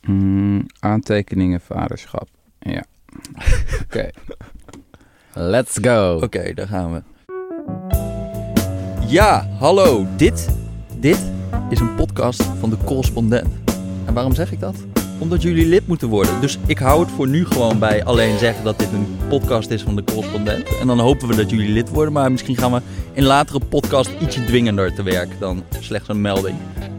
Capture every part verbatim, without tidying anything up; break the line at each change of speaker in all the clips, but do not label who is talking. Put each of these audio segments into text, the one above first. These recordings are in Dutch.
Mm, aantekeningen vaderschap. Ja. Oké. Okay. Let's go.
Oké, okay, daar gaan we. Ja, hallo. Dit, dit is een podcast van De Correspondent. En waarom zeg ik dat? Omdat jullie lid moeten worden. Dus ik hou het voor nu gewoon bij alleen zeggen dat dit een podcast is van De Correspondent. En dan hopen we dat jullie lid worden. Maar misschien gaan we in latere podcast ietsje dwingender te werk dan slechts een melding.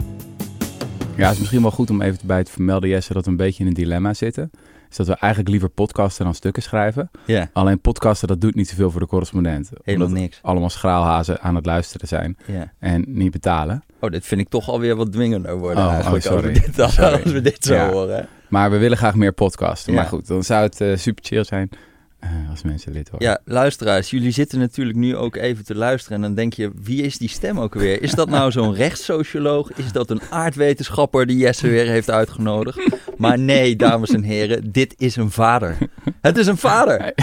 Ja, het is misschien wel goed om even bij te vermelden, Jesse, dat we een beetje in een dilemma zitten. Is dat we eigenlijk liever podcasten dan stukken schrijven.
Yeah.
Alleen podcasten, dat doet niet zoveel voor De Correspondent.
Helemaal niks.
Allemaal schraalhazen aan het luisteren zijn.
Yeah.
En niet betalen.
Oh, dit vind ik toch alweer wat dwingender worden
oh,
eigenlijk.
Oh, sorry.
Als we dit, als,
sorry.
als we dit zo
ja.
horen.
Maar we willen graag meer podcasten.
Ja.
Maar goed, dan zou het uh, super chill zijn uh, als mensen lid worden.
Ja, luisteraars, jullie zitten natuurlijk nu ook even te luisteren. En dan denk je, wie is die stem ook weer? Is dat nou zo'n rechtssocioloog? Is dat een aardwetenschapper die Jesse weer heeft uitgenodigd? Maar nee, dames en heren, dit is een vader. Het is een vader.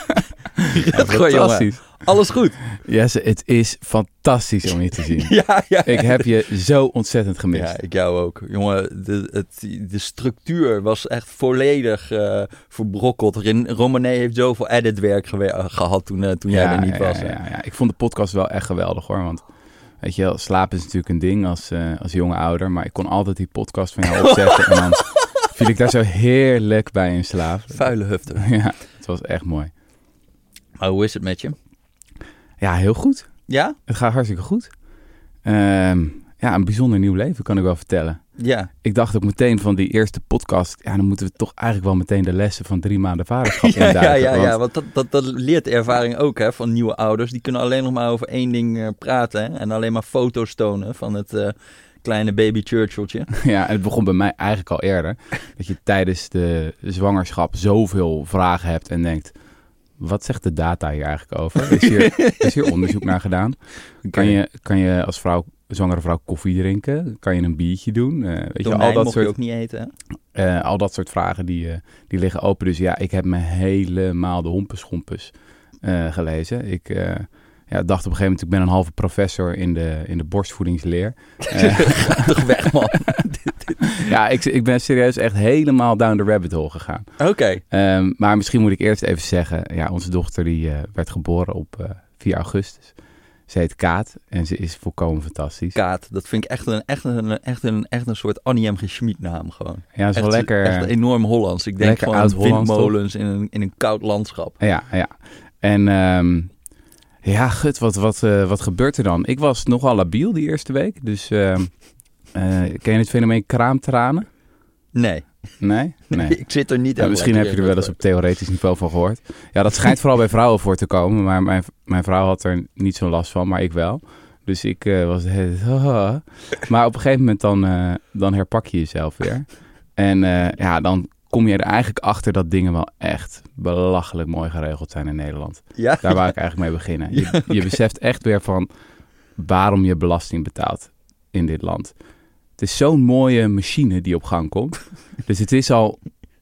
Ja, fantastisch.
Alles goed?
Jesse, het is fantastisch om je te zien.
ja, ja.
Ik heb je zo ontzettend gemist.
Ja, ik jou ook. Jongen, de, het, de structuur was echt volledig uh, verbrokkeld. Romané heeft zoveel editwerk gewe- gehad toen, uh, toen
ja,
jij er niet
ja,
was.
Ja, ja, ja. Ik vond de podcast wel echt geweldig hoor. Want weet je wel, slapen is natuurlijk een ding als, uh, als jonge ouder. Maar ik kon altijd die podcast van jou opzetten. En dan viel ik daar zo heerlijk bij in slaap.
Vuile hufte.
Ja, het was echt mooi.
Maar hoe is het met je?
Ja, heel goed.
Ja?
Het gaat hartstikke goed. Um, ja, een bijzonder nieuw leven kan ik wel vertellen.
Ja.
Ik dacht ook meteen van die eerste podcast, ja, dan moeten we toch eigenlijk wel meteen de lessen van drie maanden vaderschap
ja,
induiken.
Ja, ja,
want...
ja, want dat, dat, dat leert de ervaring ook hè, van nieuwe ouders. Die kunnen alleen nog maar over één ding uh, praten hè, en alleen maar foto's tonen van het uh, kleine baby Churchilltje.
Ja, en het begon bij mij eigenlijk al eerder. Dat je tijdens de zwangerschap zoveel vragen hebt en denkt, wat zegt de data hier eigenlijk over? Is hier, is hier onderzoek naar gedaan? Kan je, kan je als vrouw, zwangere vrouw koffie drinken? Kan je een biertje doen? Uh, weet
Domein
je, al dat
mocht
soort,
je ook niet eten, hè?
Uh, al dat soort vragen die, uh, die liggen open. Dus ja, ik heb me helemaal de hompeschompes uh, gelezen. Ik uh, ja, dacht op een gegeven moment, ik ben een halve professor in de, in de borstvoedingsleer. Uh,
Ga toch weg, man.
Ja, ik, ik ben serieus echt helemaal down the rabbit hole gegaan.
Oké. Okay.
Um, maar misschien moet ik eerst even zeggen, ja, onze dochter die uh, werd geboren op uh, vier augustus. Ze heet Kaat en ze is volkomen fantastisch.
Kaat, dat vind ik echt een, echt een, echt een, echt een soort Annie M. G. Schmid naam gewoon.
Ja, dat is
echt,
wel lekker.
Echt enorm Hollands. Ik denk gewoon aan windmolens in een, in een koud landschap.
Ja, ja. En um, ja, gut, wat, wat, uh, wat gebeurt er dan? Ik was nogal labiel die eerste week, dus... Uh, Uh, ken je het fenomeen kraamtranen?
Nee.
Nee? Nee.
Ik zit er niet
ja, misschien heb je er wel eens op theoretisch niveau van gehoord. Ja, dat schijnt vooral bij vrouwen voor te komen. Maar mijn, mijn vrouw had er niet zo'n last van, maar ik wel. Dus ik uh, was... Uh, maar op een gegeven moment dan, uh, dan herpak je jezelf weer. En uh, ja, dan kom je er eigenlijk achter dat dingen wel echt belachelijk mooi geregeld zijn in Nederland.
Ja?
Daar wou ik eigenlijk mee beginnen. Je, ja, okay. je beseft echt weer van waarom je belasting betaalt in dit land. Het is zo'n mooie machine die op gang komt. Dus het is al...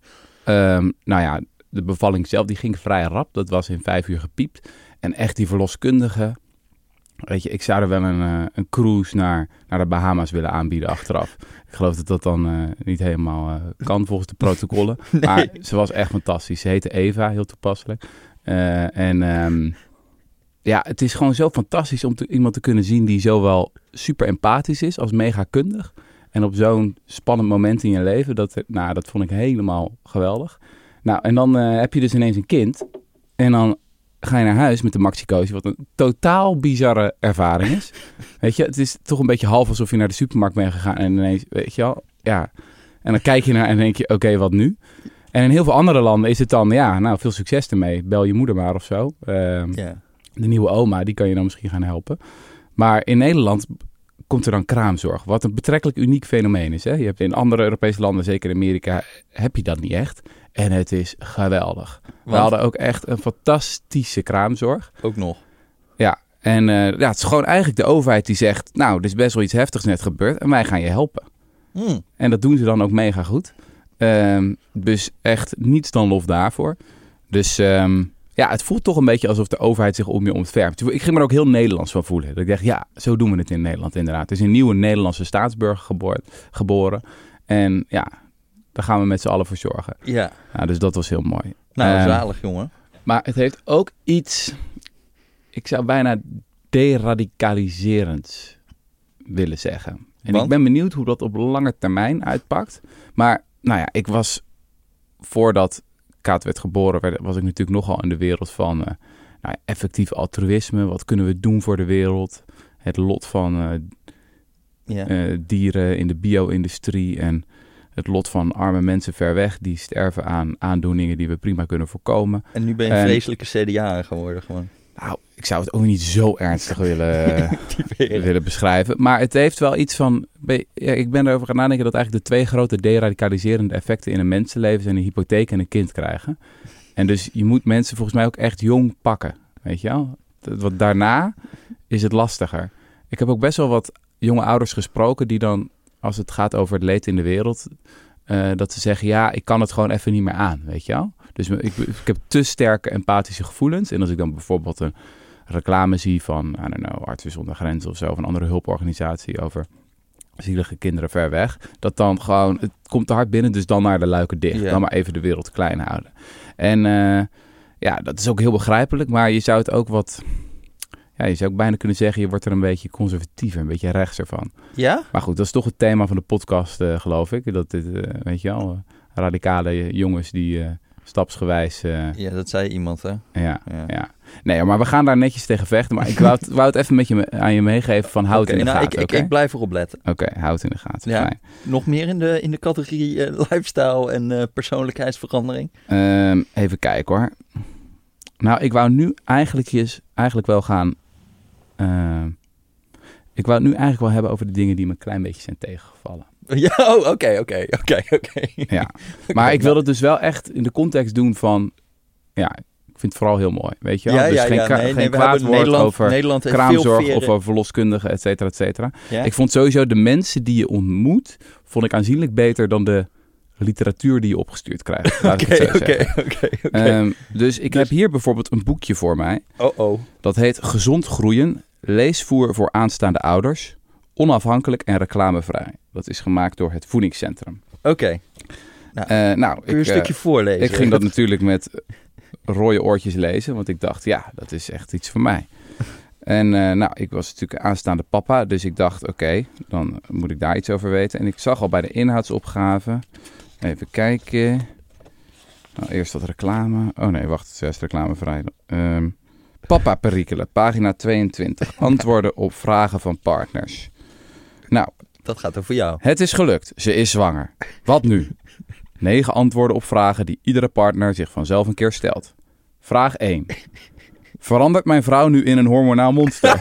Um, nou ja, de bevalling zelf die ging vrij rap. Dat was in vijf uur gepiept. En echt die verloskundige... Weet je, ik zou er wel een, uh, een cruise naar, naar de Bahama's willen aanbieden achteraf. Ik geloof dat dat dan uh, niet helemaal uh, kan volgens de protocollen. Nee. Maar ze was echt fantastisch. Ze heette Eva, heel toepasselijk. Uh, en... Um, Ja, het is gewoon zo fantastisch om te, iemand te kunnen zien die zowel super empathisch is als mega kundig. En op zo'n spannend moment in je leven, dat, nou, dat vond ik helemaal geweldig. Nou, en dan uh, heb je dus ineens een kind. En dan ga je naar huis met de Maxicosi, wat een totaal bizarre ervaring is. Weet je, het is toch een beetje half alsof je naar de supermarkt bent gegaan en ineens, weet je wel, ja. En dan kijk je naar en denk je, oké, okay, wat nu? En in heel veel andere landen is het dan, ja, nou, veel succes ermee. Bel je moeder maar of zo. Uh, yeah. De nieuwe oma, die kan je dan misschien gaan helpen. Maar in Nederland komt er dan kraamzorg. Wat een betrekkelijk uniek fenomeen is. Hè? Je hebt in andere Europese landen, zeker in Amerika, heb je dat niet echt. En het is geweldig. Want? We hadden ook echt een fantastische kraamzorg.
Ook nog.
Ja, en uh, ja, het is gewoon eigenlijk de overheid die zegt, nou, er is best wel iets heftigs net gebeurd en wij gaan je helpen.
Hmm.
En dat doen ze dan ook mega goed. Um, dus echt niets dan lof daarvoor. Dus... Um, Ja, het voelt toch een beetje alsof de overheid zich om je ontfermt. Ik ging me er ook heel Nederlands van voelen. Dat ik dacht, ja, zo doen we het in Nederland inderdaad. Er is een nieuwe Nederlandse staatsburger geboren. geboren. En ja, daar gaan we met z'n allen voor zorgen.
Ja.
Nou, dus dat was heel mooi.
Nou,
Um,
zalig, jongen.
Maar het heeft ook iets, ik zou bijna deradicaliserends willen zeggen. En
Want?
ik ben benieuwd hoe dat op lange termijn uitpakt. Maar nou ja, ik was, voordat Kaat werd geboren, werd, was ik natuurlijk nogal in de wereld van uh, nou ja, effectief altruïsme. Wat kunnen we doen voor de wereld? Het lot van uh,
Ja.
uh, dieren in de bio-industrie en het lot van arme mensen ver weg die sterven aan aandoeningen die we prima kunnen voorkomen.
En nu ben je een
En-
vreselijke C D A'er geworden gewoon.
Nou, ik zou het ook niet zo ernstig willen, willen beschrijven. Maar het heeft wel iets van... be- Ja, ik ben erover gaan nadenken dat eigenlijk de twee grote deradicaliserende effecten in een mensenleven zijn een hypotheek en een kind krijgen. En dus je moet mensen volgens mij ook echt jong pakken. Weet je wel? Dat- Want daarna is het lastiger. Ik heb ook best wel wat jonge ouders gesproken die dan, als het gaat over het leed in de wereld, uh, dat ze zeggen, ja, ik kan het gewoon even niet meer aan, weet je wel? Dus ik, ik heb te sterke empathische gevoelens. En als ik dan bijvoorbeeld een reclame zie van, I don't know, Artsen zonder Grenzen of zo, of een andere hulporganisatie over zielige kinderen ver weg, dat dan gewoon, het komt te hard binnen, dus dan naar de luiken dicht.
Ja.
Dan maar even de wereld klein houden. En uh, ja, dat is ook heel begrijpelijk, maar je zou het ook wat, ja, je zou ook bijna kunnen zeggen, je wordt er een beetje conservatiever, een beetje rechtser van.
Ja?
Maar goed, dat is toch het thema van de podcast, uh, geloof ik. Dat dit, uh, weet je wel, uh, radicale jongens die uh, stapsgewijs... Uh,
Ja, dat zei iemand, hè?
ja,
Ja.
ja. Nee, maar we gaan daar netjes tegen vechten. Maar ik wou het, wou het even met je, aan je meegeven van houd
Oké,
in de
nou,
gaten.
ik, ik,
Oké,
ik blijf erop letten.
okay, houd in de gaten.
Ja.
Fijn.
Nog meer in de, in de categorie uh, lifestyle en uh, persoonlijkheidsverandering?
Um, even kijken hoor. Nou, ik wou nu eigenlijk, eens, eigenlijk wel gaan... Uh, ik wou het nu eigenlijk wel hebben over de dingen die me een klein beetje zijn tegengevallen.
Ja, oh, oké, oké, oké, oké.
Ja, maar ik wil het dus wel echt in de context doen van... Ja, ik vind het vooral heel mooi, weet je wel?
Ja,
dus
ja,
geen,
ja,
ka-
nee,
geen
nee, we
kwaad
hebben
woord
Nederland,
over
Nederland heeft
kraamzorg
veel veren.
of over verloskundigen, et cetera, et cetera.
Ja?
Ik vond sowieso de mensen die je ontmoet, vond ik aanzienlijk beter dan de literatuur die je opgestuurd krijgt. Laat ik het zo
Oké,
zeggen.
oké, oké, oké.
Ehm, Dus ik
Dus-
heb hier bijvoorbeeld een boekje voor mij.
Oh, oh.
Dat heet Gezond Groeien, leesvoer voor aanstaande ouders, onafhankelijk en reclamevrij. Dat is gemaakt door het Voedingscentrum.
Oké.
Uh, nou,
Kun je een
ik,
stukje
uh,
voorlezen?
ik ging dat natuurlijk met rode oortjes lezen, want ik dacht, ja, dat is echt iets voor mij. En uh, nou, ik was natuurlijk aanstaande papa, dus ik dacht, oké, okay, dan moet ik daar iets over weten. En ik zag al bij de inhoudsopgave, even kijken. Nou, eerst wat reclame. Oh nee, wacht, het is eerst reclamevrij. Um, Papa-perikelen, pagina tweeëntwintig. Antwoorden op vragen van partners. Nou,
Dat gaat over jou.
het is gelukt. Ze is zwanger. Wat nu? Negen antwoorden op vragen die iedere partner zich vanzelf een keer stelt. Vraag één. Verandert mijn vrouw nu in een hormonaal monster?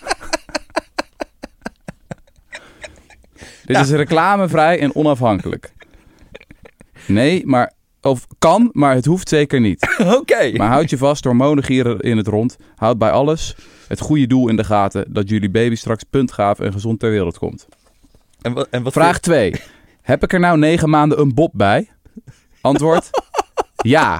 Dit is reclamevrij en onafhankelijk. Nee, maar... Of kan, maar het hoeft zeker niet.
Oké. Okay.
Maar houd je vast, hormonen gieren in het rond. Houd bij alles het goede doel in de gaten... dat jullie baby straks puntgaaf en gezond ter wereld komt.
En wat, en wat
Vraag twee. Heb ik er nou negen maanden een bob bij? Antwoord. Ja.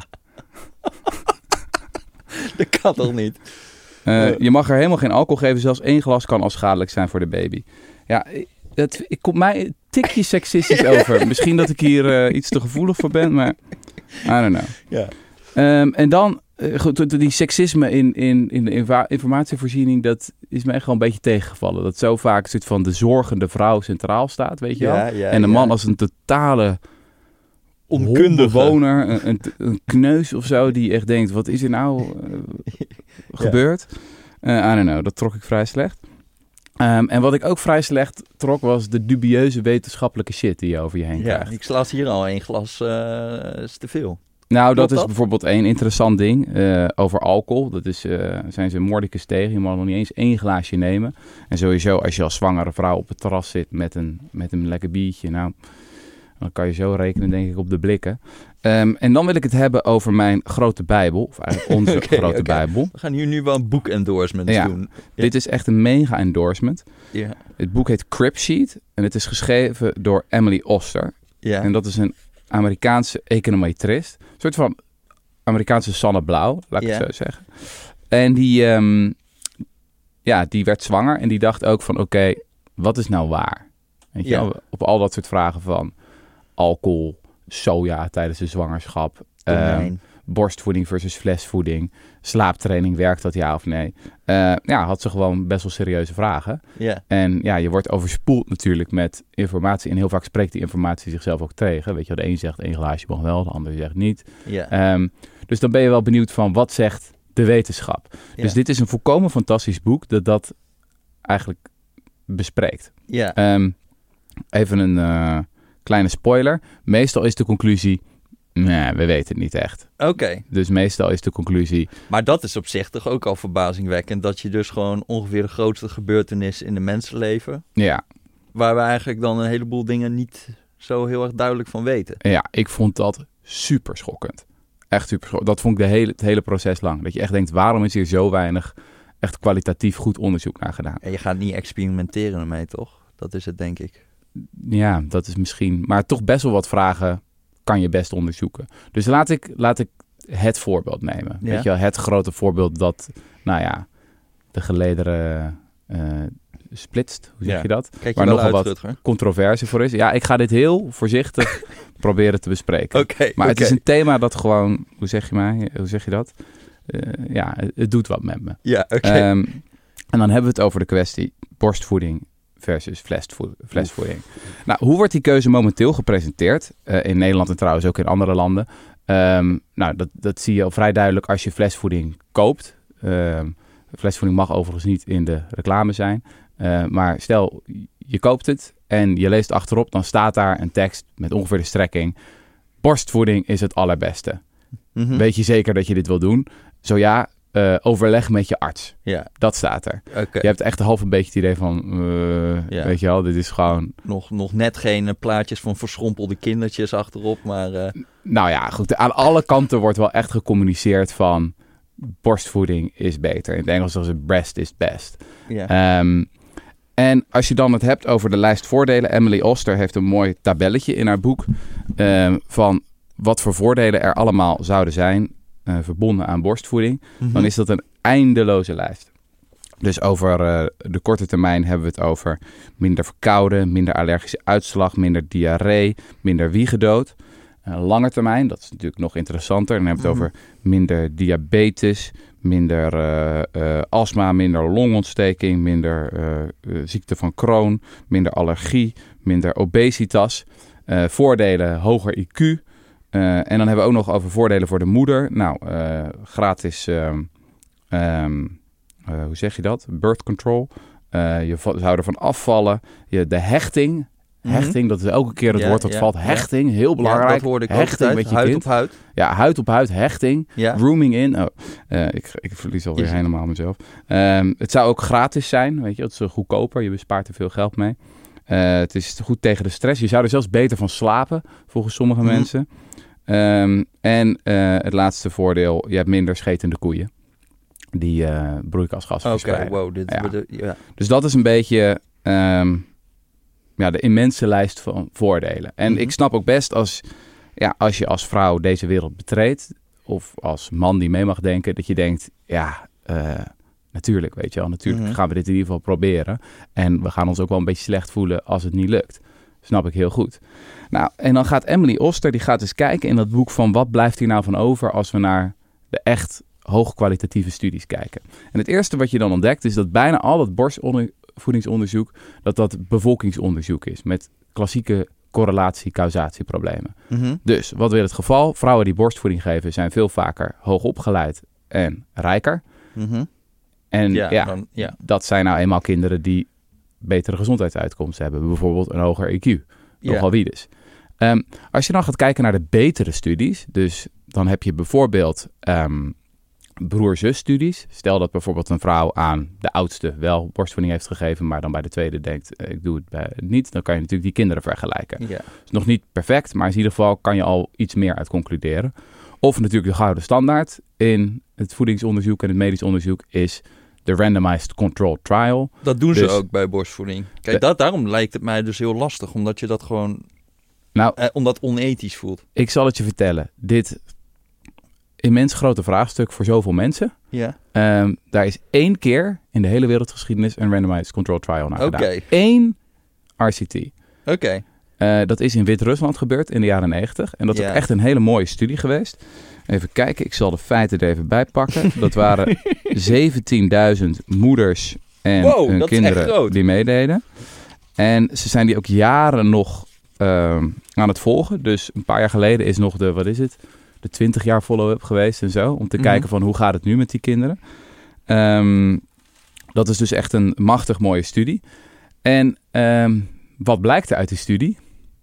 Dat kan toch niet?
Uh, je mag er helemaal geen alcohol geven. Zelfs één glas kan al schadelijk zijn voor de baby. Ja, dat, ik kom mij een tikje seksistisch over. Misschien dat ik hier uh, iets te gevoelig voor ben, maar I don't know.
Ja.
Um, en dan, uh, goed, die seksisme in, in, in de inva- informatievoorziening, dat is me echt wel een beetje tegengevallen. Dat zo vaak zit van de zorgende vrouw centraal staat, weet je wel.
Ja, ja,
en de man
ja.
als een totale
Onkundige
bewoner, een, een, een kneus of zo, die echt denkt, wat is er nou uh, gebeurd? Uh, I don't know, dat trok ik vrij slecht. Um, en wat ik ook vrij slecht trok, was de dubieuze wetenschappelijke shit die je over je heen
Ja,
krijgt.
ik laat hier al één glas, uh, is te veel.
Nou, dat
Klopt
is
dat?
bijvoorbeeld één interessant ding uh, over alcohol. Dat is, uh, zijn ze mordicus tegen. Je mag nog niet eens één glaasje nemen. En sowieso, als je als zwangere vrouw op het terras zit met een, met een lekker biertje, nou, dan kan je zo rekenen, denk ik, op de blikken. Um, en dan wil ik het hebben over mijn grote Bijbel, of eigenlijk onze
okay,
grote
okay.
Bijbel.
We gaan hier nu wel een boek-endorsements
Ja.
doen. Ja.
Dit is echt een mega endorsement.
Ja.
Het boek heet Crib Sheet en het is geschreven door Emily Oster.
Ja.
En dat is een Amerikaanse econometrist. Een soort van Amerikaanse Sanne Blauw, laat ik
Ja.
het zo zeggen. En die, um, ja, die werd zwanger en die dacht ook van, oké, okay, wat is nou waar? Weet je
Ja.
wel, op al dat soort vragen van alcohol, soja tijdens de zwangerschap.
Tonijn.
Um, borstvoeding versus flesvoeding. Slaaptraining, werkt dat ja of nee? Uh, ja, had ze gewoon best wel serieuze vragen.
Yeah.
En ja, je wordt overspoeld natuurlijk met informatie. En heel vaak spreekt die informatie zichzelf ook tegen. Weet je, de een zegt één glaasje mag wel, de ander zegt niet.
Yeah.
Um, dus dan ben je wel benieuwd van wat zegt de wetenschap. Yeah. Dus dit is een volkomen fantastisch boek dat dat eigenlijk bespreekt.
Yeah.
Um, even een uh, kleine spoiler. Meestal is de conclusie... Nee, we weten het niet echt.
Oké. Okay.
Dus meestal is de conclusie...
Maar dat is op zich toch ook al verbazingwekkend... dat je dus gewoon ongeveer de grootste gebeurtenis in de mensenleven...
Ja.
Waar we eigenlijk dan een heleboel dingen niet zo heel erg duidelijk van weten.
Ja, ik vond dat super schokkend. Echt super schokkend. Dat vond ik de hele, het hele proces lang. Dat je echt denkt, waarom is hier zo weinig echt kwalitatief goed onderzoek naar gedaan?
En je gaat niet experimenteren ermee, toch? Dat is het, denk ik.
Ja, dat is misschien... Maar toch best wel wat vragen... kan je best onderzoeken. Dus laat ik, laat ik het voorbeeld nemen. Ja? Weet je wel, het grote voorbeeld dat, nou ja, de gelederen uh, splitst. Hoe zeg ja. je dat?
Kijk je
waar
wel
nogal
uit,
wat
Rutger?
Controverse voor is. Ja, ik ga dit heel voorzichtig proberen te bespreken.
Okay,
maar
okay.
het is een thema dat gewoon, hoe zeg je mij? Hoe zeg je dat? Uh, ja, het, het doet wat met me.
Ja, oké. Okay.
Um, en dan hebben we het over de kwestie borstvoeding versus flesvoeding. Nou, hoe wordt die keuze momenteel gepresenteerd? Uh, in Nederland en trouwens ook in andere landen. Um, nou, dat, dat zie je al vrij duidelijk als je flesvoeding koopt. Um, flesvoeding mag overigens niet in de reclame zijn. Uh, maar stel, je koopt het en je leest achterop, dan staat daar een tekst met ongeveer de strekking. Borstvoeding is het allerbeste. Mm-hmm. Weet je zeker dat je dit wil doen? Zo ja, Uh, overleg met je arts.
Ja.
Dat staat er.
Okay.
Je hebt echt half een beetje het idee van... Uh, ja. Weet je wel, dit is gewoon...
Nog, nog net geen uh, plaatjes van verschrompelde kindertjes achterop, maar... Uh...
Nou ja, goed. Aan alle kanten wordt wel echt gecommuniceerd van... borstvoeding is beter. In het Engels zeggen ze breast is best.
Ja.
Um, en als je dan het hebt over de lijst voordelen... Emily Oster heeft een mooi tabelletje in haar boek... Um, van wat voor voordelen er allemaal zouden zijn... Uh, verbonden aan borstvoeding, mm-hmm. dan is dat een eindeloze lijst. Dus over uh, de korte termijn hebben we het over minder verkouden, minder allergische uitslag, minder diarree, minder wiegedood. Uh, lange termijn, dat is natuurlijk nog interessanter. Dan hebben we het mm-hmm. over minder diabetes, minder uh, uh, astma, minder longontsteking, minder uh, uh, ziekte van Crohn, minder allergie, minder obesitas. Uh, voordelen, hoger I Q. Uh, en dan hebben we ook nog over voordelen voor de moeder. Nou, uh, gratis, um, um, uh, hoe zeg je dat? Birth control. Uh, je va- zou ervan afvallen. Je, de hechting. Mm-hmm. Hechting, dat is elke keer het ja, woord dat ja, valt. Hechting, ja. Heel belangrijk. Ja,
dat hoorde ik
hechting
ook
met je
huid
kind.
op huid.
Ja, huid op huid, hechting. Ja. Rooming in. Oh, uh, ik, ik verlies alweer
Easy.
helemaal mezelf. Um, het zou ook gratis zijn, weet je. Het is goedkoper. Je bespaart er veel geld mee. Uh, het is goed tegen de stress. Je zou er zelfs beter van slapen, volgens sommige mm-hmm. mensen. Um, en uh, het laatste voordeel, je hebt minder schetende koeien die uh, broeikasgassen
okay,
verspreiden.
Wow, dit,
ja.
de, ja.
Dus dat is een beetje um, ja, de immense lijst van voordelen. En mm-hmm. ik snap ook best als, ja, als je als vrouw deze wereld betreedt, of als man die mee mag denken, dat je denkt, ja, uh, natuurlijk, weet je wel, natuurlijk mm-hmm. gaan we dit in ieder geval proberen. En we gaan ons ook wel een beetje slecht voelen als het niet lukt. Snap ik heel goed. Nou, en dan gaat Emily Oster, die gaat eens kijken in dat boek van wat blijft hier nou van over als we naar de echt hoogkwalitatieve studies kijken. En het eerste wat je dan ontdekt is dat bijna al dat borstvoedingsonderzoek, dat dat bevolkingsonderzoek is met klassieke correlatie-causatieproblemen. Mm-hmm. Dus, wat wil het geval? Vrouwen die borstvoeding geven zijn veel vaker hoogopgeleid en rijker. Mm-hmm. En ja, ja, dan, ja, dat zijn nou eenmaal kinderen die betere gezondheidsuitkomsten hebben. Bijvoorbeeld een hoger I Q. Nogal yeah. wie dus. Um, als je dan gaat kijken naar de betere studies, dus dan heb je bijvoorbeeld um, broer-zus studies. Stel dat bijvoorbeeld een vrouw aan de oudste wel borstvoeding heeft gegeven, maar dan bij de tweede denkt, ik doe het bij, niet. Dan kan je natuurlijk die kinderen vergelijken. Yeah. Is nog niet perfect, maar in ieder geval kan je al iets meer uit concluderen. Of natuurlijk de gouden standaard in het voedingsonderzoek en het medisch onderzoek is de randomized controlled trial.
Dat doen
dus,
ze ook bij borstvoeding. Kijk, de, dat, daarom lijkt het mij dus heel lastig, omdat je dat gewoon,
nou,
eh, omdat onethisch voelt.
Ik zal het je vertellen. Dit immens grote vraagstuk voor zoveel mensen.
Ja.
Um, daar is één keer in de hele wereldgeschiedenis een randomized controlled trial naar
okay.
gedaan. Eén R C T.
Oké. Okay.
Uh, dat is in Wit-Rusland gebeurd in de jaren negentig. En dat is
Ja.
ook echt een hele mooie studie geweest. Even kijken, ik zal de feiten er even bij pakken. Dat waren zeventienduizend moeders en
Wow,
hun
dat is echt
kinderen
groot.
die meededen. En ze zijn die ook jaren nog uh, aan het volgen. Dus een paar jaar geleden is nog de, wat is het? De twintig jaar follow-up geweest en zo. Om te
Mhm.
kijken van hoe gaat het nu met die kinderen. Um, dat is dus echt een machtig mooie studie. En um, wat blijkt er uit die studie?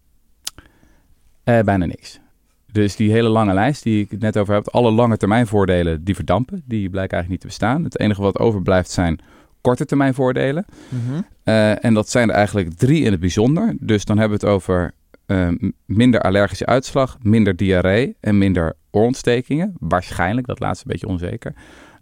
Uh, bijna niks. Dus die hele lange lijst die ik het net over heb, alle lange termijn voordelen, die verdampen. Die blijken eigenlijk niet te bestaan. Het enige wat overblijft zijn korte termijn voordelen.
Mm-hmm.
Uh, en dat zijn er eigenlijk drie in het bijzonder. Dus dan hebben we het over uh, minder allergische uitslag, minder diarree en minder oorontstekingen. Waarschijnlijk, dat laatste een beetje onzeker.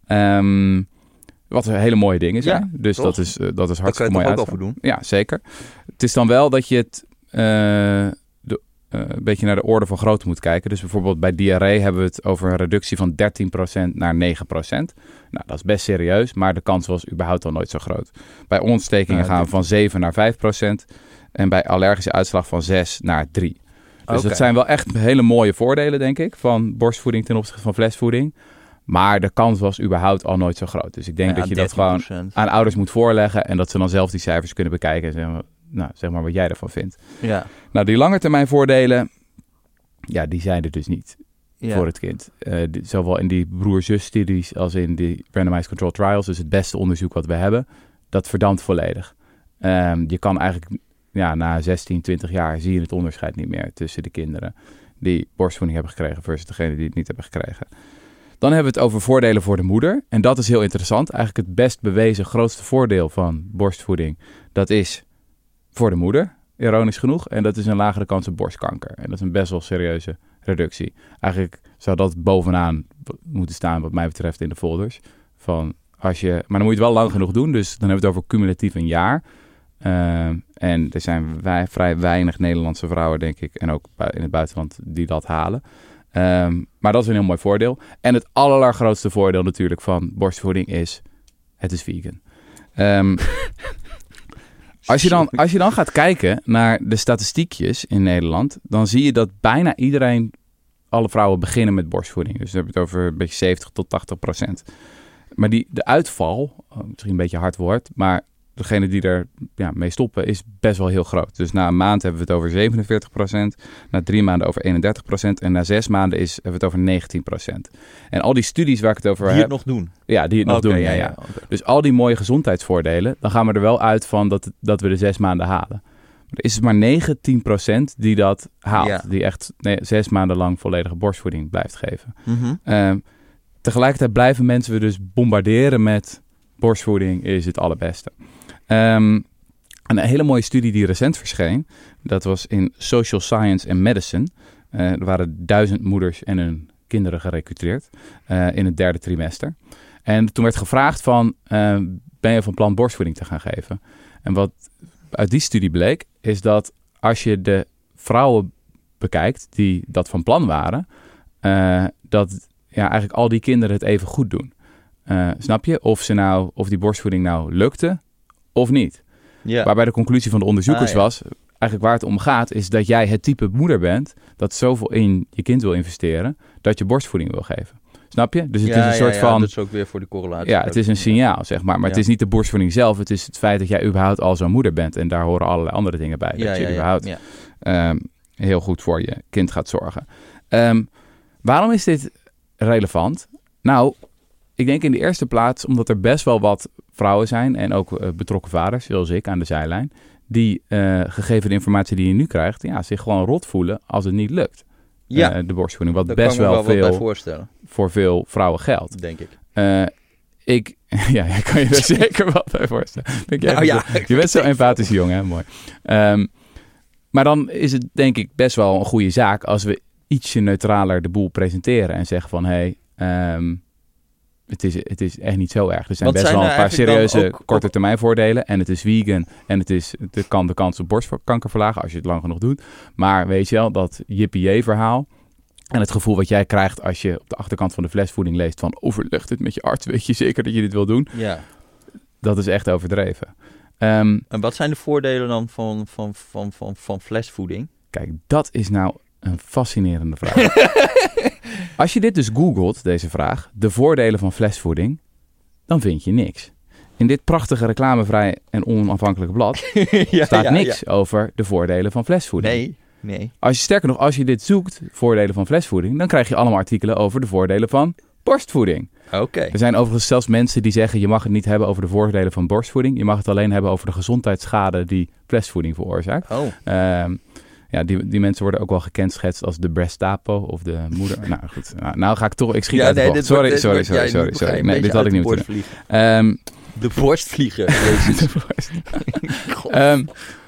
Um, wat hele mooie dingen zijn.
Ja,
dus
toch?
dat is, uh, dat is
Daar
hartstikke
kan je
mooi
toch ook
uitslag.
al voor doen?
Ja, zeker. Het is dan wel dat je het uh, de, uh, een beetje naar de orde van grootte moet kijken. Dus bijvoorbeeld bij diarree hebben we het over een reductie van dertien procent naar negen procent. Nou, dat is best serieus, maar de kans was überhaupt al nooit zo groot. Bij ontstekingen
Ja,
gaan we
dit-
van zeven naar vijf procent. En bij allergische uitslag van zes naar drie. Dus
Oké.
dat zijn wel echt hele mooie voordelen, denk ik, van borstvoeding ten opzichte van flesvoeding. Maar de kans was überhaupt al nooit zo groot. Dus ik denk
Ja,
dat je dat gewoon
dertien procent.
aan ouders moet voorleggen en dat ze dan zelf die cijfers kunnen bekijken en zeggen, nou, zeg maar wat jij ervan vindt.
Ja.
Nou, die langetermijn voordelen, ja, die zijn er dus niet
Ja.
voor het kind. Uh, die, zowel in die broer-zus-studies als in die randomized controlled trials, dus het beste onderzoek wat we hebben, dat verdampt volledig. Um, je kan eigenlijk, ja, na zestien, twintig jaar zie je het onderscheid niet meer tussen de kinderen die borstvoeding hebben gekregen versus degene die het niet hebben gekregen. Dan hebben we het over voordelen voor de moeder. En dat is heel interessant. Eigenlijk het best bewezen grootste voordeel van borstvoeding, dat is voor de moeder, ironisch genoeg. En dat is een lagere kans op borstkanker. En dat is een best wel serieuze reductie. Eigenlijk zou dat bovenaan moeten staan wat mij betreft in de folders. Van als je, maar dan moet je het wel lang genoeg doen. Dus dan hebben we het over cumulatief een jaar. Uh, en er zijn wij, vrij weinig Nederlandse vrouwen, denk ik, en ook in het buitenland, die dat halen. Um, maar dat is een heel mooi voordeel. En het allergrootste voordeel natuurlijk van borstvoeding is, het is vegan. Um, als, je dan, als je dan gaat kijken naar de statistiekjes in Nederland, dan zie je dat bijna iedereen, alle vrouwen beginnen met borstvoeding. Dus dan hebben we het over een beetje zeventig tot tachtig procent. Maar die, de uitval, misschien een beetje hard woord, maar degene die er ja, mee stoppen is best wel heel groot. Dus na een maand hebben we het over zevenenveertig procent. Na drie maanden over eenendertig procent. En na zes maanden is, hebben we het over negentien procent. En al die studies waar ik het over
Die
heb...
het nog doen?
Ja, die het nog
Okay,
doen. Ja,
ja,
ja.
ja. Okay.
Dus al die mooie gezondheidsvoordelen, dan gaan we er wel uit van dat, dat we de zes maanden halen. Maar er is het maar negentien procent die dat haalt.
Ja.
Die echt nee, zes maanden lang volledige borstvoeding blijft geven.
Mm-hmm.
Um, tegelijkertijd blijven mensen we dus bombarderen met borstvoeding is het allerbeste. Um, een hele mooie studie die recent verscheen, dat was in Social Science and Medicine. Uh, er waren duizend moeders en hun kinderen gerecruiteerd uh, in het derde trimester. En toen werd gevraagd van, uh, ben je van plan borstvoeding te gaan geven? En wat uit die studie bleek, is dat als je de vrouwen bekijkt die dat van plan waren, uh, dat ja, eigenlijk al die kinderen het even goed doen. Uh, snap je? Of, ze nou, of die borstvoeding nou lukte of niet.
Ja.
Waarbij de conclusie van de onderzoekers
Ah, ja.
was, eigenlijk waar het om gaat, is dat jij het type moeder bent dat zoveel in je kind wil investeren, dat je borstvoeding wil geven. Snap je? Dus het
ja,
is een soort
ja, ja,
van...
dat is ook weer voor de correlatie.
Ja, het is een signaal, zeg maar. Maar
Ja.
het is niet de borstvoeding zelf. Het is het feit dat jij überhaupt al zo'n moeder bent. En daar horen allerlei andere dingen bij.
Ja,
dat je
ja, ja,
überhaupt
ja.
um, heel goed voor je kind gaat zorgen. Um, waarom is dit relevant? Nou, ik denk in de eerste plaats omdat er best wel wat vrouwen zijn en ook uh, betrokken vaders, zoals ik aan de zijlijn, die uh, gegeven de informatie die je nu krijgt, ja, zich gewoon rot voelen als het niet lukt.
Ja,
Uh, de borstvoeding, wat
daar
best
kan ik me
wel
wel wat bij
veel
voorstellen,
voor veel vrouwen geldt.
denk ik.
Uh, ik, ja, ik kan je er zeker wat bij voorstellen. Denk jij
Nou ja,
je bent zo empathisch jong, hè? Mooi. Um, maar dan is het denk ik best wel een goede zaak als we ietsje neutraler de boel presenteren en zeggen van, hé, hey, um, het, is, het is echt niet zo erg. Er zijn
Wat
best
zijn
wel
er
een paar
eigenlijk dan
serieuze
ook-
korte termijn voordelen en het is vegan en het, is, het kan de kans op borstkanker verlagen als je het lang genoeg doet. Maar weet je wel, dat yippie verhaal en het gevoel wat jij krijgt als je op de achterkant van de flesvoeding leest van overleg dit met je arts, weet je zeker dat je dit wil doen?
Ja.
Dat is echt overdreven. Um,
en wat zijn de voordelen dan van, van, van, van, van flesvoeding?
Kijk, dat is nou een fascinerende vraag. Als je dit dus googelt, deze vraag, de voordelen van flesvoeding, dan vind je niks. In dit prachtige reclamevrij en onafhankelijke blad ja, staat ja, niks ja. over de voordelen van flesvoeding.
Nee, nee.
Als je, sterker nog, als je dit zoekt, voordelen van flesvoeding, dan krijg je allemaal artikelen over de voordelen van borstvoeding.
Oké. Okay.
Er zijn overigens zelfs mensen die zeggen, je mag het niet hebben over de voordelen van borstvoeding. Je mag het alleen hebben over de gezondheidsschade die flesvoeding veroorzaakt.
Oh.
Um, Ja, die, die mensen worden ook wel gekenschetst als de Brestapo of de moeder. Nou goed, nou, nou ga ik toch... Ik schiet ja, uit de nee, bocht. Sorry, wordt, sorry, sorry, sorry, sorry, sorry. Nee, dit had ik niet moeten doen. Um,
de borstvliegen. de, borst.
um,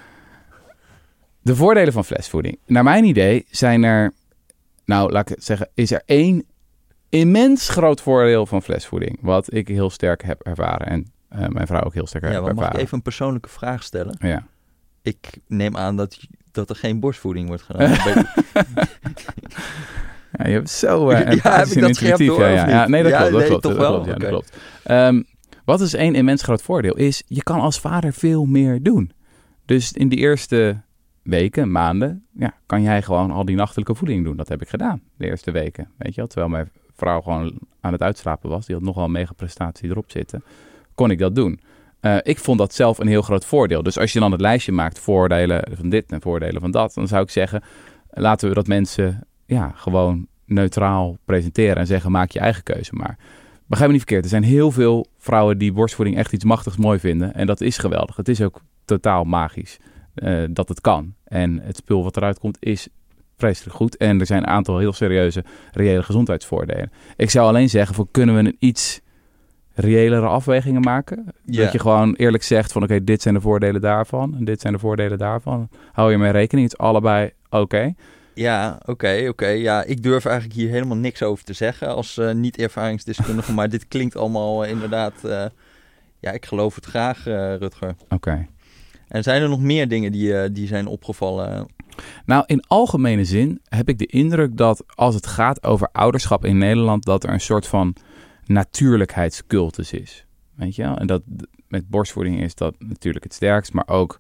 de voordelen van flesvoeding. Naar mijn idee zijn er... Nou, laat ik het zeggen, is er één immens groot voordeel van flesvoeding. Wat ik heel sterk heb ervaren. En uh, mijn vrouw ook heel sterk
ja,
heb ervaren.
Mag ik even een persoonlijke vraag stellen?
Ja.
Ik neem aan dat... dat er geen borstvoeding wordt gedaan.
ja, je hebt zo uh,
ja, heb ik dat scherp door,
ja, ja. ja, nee, dat
ja,
klopt. Dat
nee,
klopt,
toch
dat
wel?
klopt, ja,
okay.
dat klopt. Um, wat is één immens groot voordeel? Is, je kan als vader veel meer doen. Dus in die eerste weken, maanden, ja, kan jij gewoon al die nachtelijke voeding doen. Dat heb ik gedaan, de eerste weken. Weet je wel? Terwijl mijn vrouw gewoon aan het uitslapen was. Die had nogal een mega prestatie erop zitten. Kon ik dat doen. Uh, ik vond dat zelf een heel groot voordeel. Dus als je dan het lijstje maakt, voordelen van dit en voordelen van dat, dan zou ik zeggen, laten we dat mensen ja, gewoon neutraal presenteren en zeggen, maak je eigen keuze maar. Begrijp me niet verkeerd, er zijn heel veel vrouwen die borstvoeding echt iets machtigs mooi vinden. En dat is geweldig. Het is ook totaal magisch uh, dat het kan. En het spul wat eruit komt is vreselijk goed. En er zijn een aantal heel serieuze, reële gezondheidsvoordelen. Ik zou alleen zeggen, voor kunnen we een iets reëlere afwegingen maken. Ja. Dat je gewoon eerlijk zegt van oké, okay, dit zijn de voordelen daarvan en dit zijn de voordelen daarvan. Hou je mee rekening, het is allebei oké. Okay.
Ja, oké, okay, oké. Okay. Ja, ik durf eigenlijk hier helemaal niks over te zeggen als uh, niet-ervaringsdeskundige, maar dit klinkt allemaal uh, inderdaad... Uh, ja, ik geloof het graag, uh, Rutger.
Oké. Okay.
En zijn er nog meer dingen die, uh, die zijn opgevallen?
Nou, in algemene zin heb ik de indruk dat als het gaat over ouderschap in Nederland, dat er een soort van natuurlijkheidscultus is. Weet je wel? En dat met borstvoeding is dat natuurlijk het sterkst, maar ook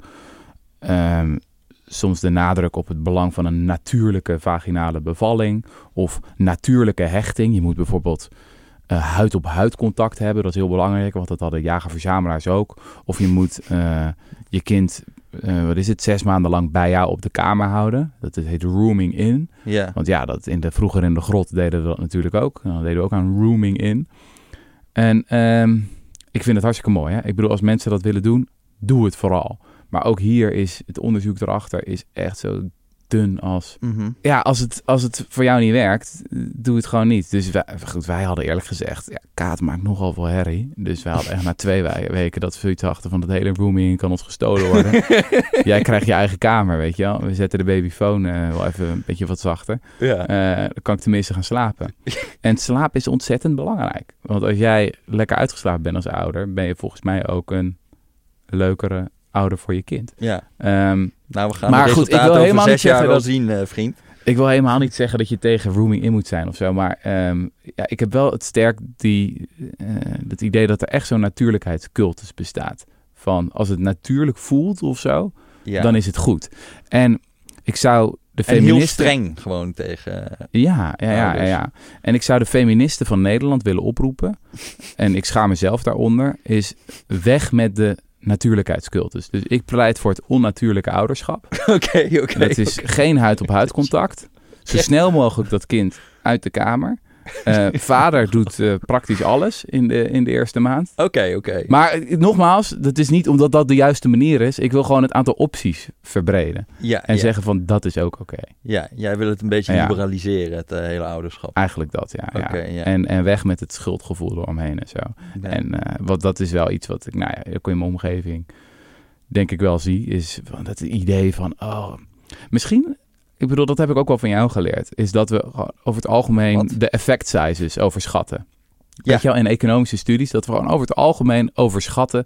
um, soms de nadruk op het belang van een natuurlijke vaginale bevalling of natuurlijke hechting. Je moet bijvoorbeeld uh, huid-op-huid contact hebben. Dat is heel belangrijk, want dat hadden jager-verzamelaars ook. Of je moet uh, je kind, uh, wat is het, zes maanden lang bij jou op de kamer houden. Dat heet rooming in.
Yeah.
Want ja, dat in de, vroeger in de grot deden we dat natuurlijk ook. Dan deden we ook aan rooming in. En um, ik vind het hartstikke mooi. Hè? Ik bedoel, als mensen dat willen doen, doe het vooral. Maar ook hier is het onderzoek erachter is echt zo dun als...
Mm-hmm.
Ja, als het, als het voor jou niet werkt, doe het gewoon niet. Dus wij, goed, wij hadden eerlijk gezegd, ja, Kaat maakt nogal veel herrie. Dus wij hadden echt na twee weken dat we zoiets achter van het hele rooming kan ons gestolen worden. Jij krijgt je eigen kamer, weet je wel. We zetten de babyfoon uh, wel even een beetje wat zachter.
Ja.
Uh, dan kan ik tenminste gaan slapen. En slaap is ontzettend belangrijk. Want als jij lekker uitgeslapen bent als ouder, ben je volgens mij ook een leukere ouder voor je kind.
Ja.
Um,
nou, we gaan
maar
de
goed, ik wil
over
helemaal
zes
niet zeggen
jaar wel
dat,
zien, uh, vriend.
Ik wil helemaal niet zeggen dat je tegen rooming in moet zijn of zo. Maar um, ja, ik heb wel het sterk die, uh, het idee dat er echt zo'n natuurlijkheidscultus bestaat. Van als het natuurlijk voelt of zo, ja. dan is het goed. En ik zou de feministen...
En heel streng gewoon tegen...
Ja, ja, ja, ja, ja. En ik zou de feministen van Nederland willen oproepen. En ik schaam mezelf daaronder. Is weg met de natuurlijkheidscultus. Dus ik pleit voor het onnatuurlijke ouderschap.
Oké, okay, oké. Okay,
dat is
okay.
geen huid-op-huid contact. Zo snel mogelijk dat kind uit de kamer. Uh, vader doet uh, praktisch alles in de, in de eerste maand.
Oké, okay, oké. Okay.
Maar uh, nogmaals, dat is niet omdat dat de juiste manier is. Ik wil gewoon het aantal opties verbreden.
Ja,
en
ja.
zeggen van, dat is ook oké. Okay.
Ja, jij wil het een beetje ja. liberaliseren, het uh, hele ouderschap.
Eigenlijk dat, ja.
Okay,
ja.
ja.
En, en weg met het schuldgevoel eromheen en zo. Ja. En uh, wat, dat is wel iets wat ik, nou ja, ook in mijn omgeving denk ik wel zie. Is van dat idee van, oh, misschien... Ik bedoel, dat heb ik ook wel van jou geleerd. Is dat we over het algemeen Wat? de effect sizes overschatten. Ja. Weet je wel, in economische studies, dat we gewoon over het algemeen overschatten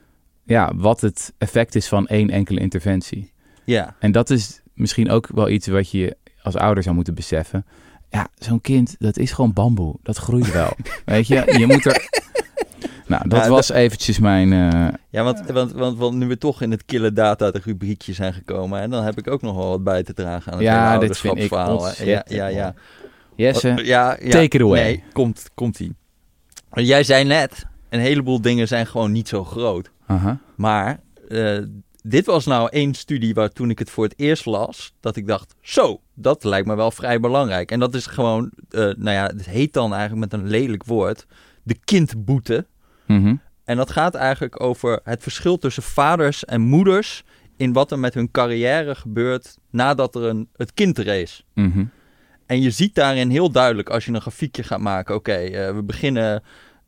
ja, wat het effect is van één enkele interventie.
Ja.
En dat is misschien ook wel iets wat je als ouder zou moeten beseffen. Ja, zo'n kind, dat is gewoon bamboe. Dat groeit wel. Weet je, je moet er... Nou, dat
Nou,
was eventjes mijn... Uh...
Ja, want, want, want, want nu we toch in het kille data de rubriekje zijn gekomen... en dan heb ik ook nog wel wat bij te dragen aan het
ja,
hele
dit vind ik
ouderschapsverhaal. Ja, ja, ja.
Jesse,
uh, ja, ja,
take it away.
Nee, komt, komt-ie. Jij zei net, een heleboel dingen zijn gewoon niet zo groot.
Uh-huh.
Maar uh, dit was nou één studie waar toen ik het voor het eerst las... dat ik dacht, zo, dat lijkt me wel vrij belangrijk. En dat is gewoon, uh, nou ja, het heet dan eigenlijk met een lelijk woord... de kindboete.
Mm-hmm.
En dat gaat eigenlijk over het verschil tussen vaders en moeders... in wat er met hun carrière gebeurt nadat er een, het kind er is.
Mm-hmm.
En je ziet daarin heel duidelijk als je een grafiekje gaat maken... oké, okay, uh, we beginnen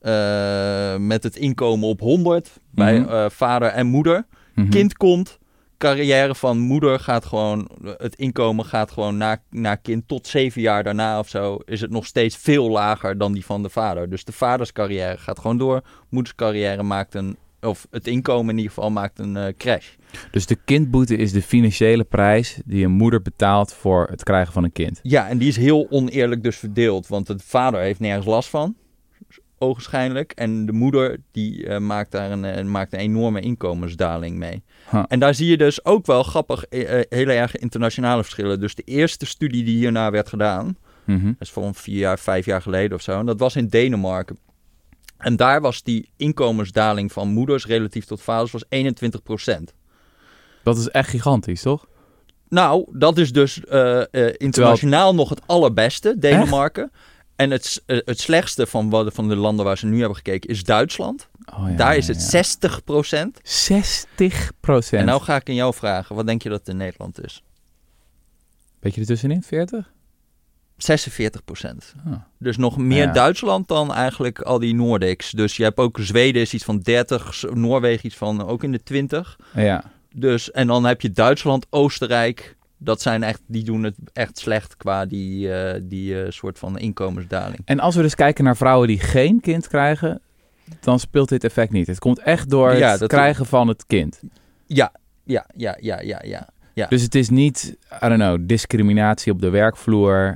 uh, met het inkomen op honderd bij
Mm-hmm.
uh, vader en moeder.
Mm-hmm.
Kind komt, carrière van moeder gaat gewoon... het inkomen gaat gewoon naar, naar kind tot zeven jaar daarna of zo... is het nog steeds veel lager dan die van de vader. Dus de vaders carrière gaat gewoon door. Moeders carrière maakt een... of het inkomen in ieder geval maakt een uh, crash.
Dus de kindboete is de financiële prijs die een moeder betaalt voor het krijgen van een kind.
Ja, en die is heel oneerlijk dus verdeeld. Want de vader heeft nergens last van, ogenschijnlijk. En de moeder die uh, maakt daar een, uh, maakt een enorme inkomensdaling mee.
Huh.
En daar zie je dus ook wel grappig, uh, hele erg internationale verschillen. Dus de eerste studie die hierna werd gedaan,
Mm-hmm.
dat is van vier jaar, vijf jaar geleden of zo. En dat was in Denemarken. En daar was die inkomensdaling van moeders relatief tot vaders was eenentwintig procent.
Dat is echt gigantisch, toch?
Nou, dat is dus uh, uh, internationaal Terwijl... nog het allerbeste, Denemarken. Echt? En het, uh, het slechtste van, wat, van de landen waar ze nu hebben gekeken is Duitsland.
Oh, ja,
daar is het
ja, ja.
zestig procent.
zestig procent?
En nou ga ik in jou vragen, wat denk je dat het in Nederland is?
Beetje ertussenin, veertig?
zesenveertig procent.
Oh.
Dus nog meer
ja.
Duitsland dan eigenlijk al die Nordics. Dus je hebt ook Zweden is iets van dertig, Noorwegen iets van ook in de twintig.
Ja.
Dus, en dan heb je Duitsland, Oostenrijk. Dat zijn echt, die doen het echt slecht qua die, uh, die uh, soort van inkomensdaling.
En als we dus kijken naar vrouwen die geen kind krijgen, dan speelt dit effect niet. Het komt echt door
Ja,
het
dat
krijgen van het kind.
Ja, ja, ja, ja, ja, ja. ja.
Dus het is niet, I don't know, discriminatie op de werkvloer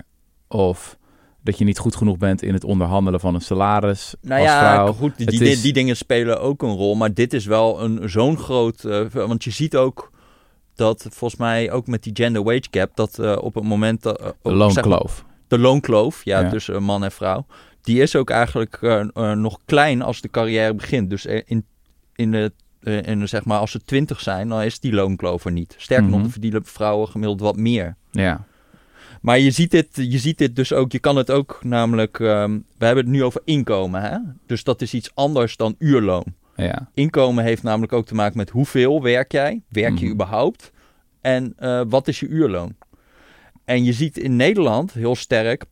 of dat je niet goed genoeg bent in het onderhandelen van een salaris
nou
als
ja,
vrouw.
goed, die,
Het
die,
is...
die dingen spelen ook een rol. Maar dit is wel een zo'n groot... Uh, want je ziet ook dat volgens mij ook met die gender wage gap... dat uh, op het moment... dat uh,
de loonkloof.
Zeg maar, de loonkloof, ja,
ja.
tussen man en vrouw. Die is ook eigenlijk uh, uh, nog klein als de carrière begint. Dus in, in de... Uh, in, zeg maar, als ze twintig zijn, dan is die loonkloof er niet. Sterker
mm-hmm.
nog, verdienen vrouwen gemiddeld wat meer.
Ja.
Maar je ziet dit, je ziet dit dus ook, je kan het ook namelijk, um, we hebben het nu over inkomen, hè? Dus dat is iets anders dan uurloon.
Ja.
Inkomen heeft namelijk ook te maken met hoeveel werk jij, werk je
mm-hmm.
überhaupt en uh, wat is je uurloon. En je ziet in Nederland heel sterk,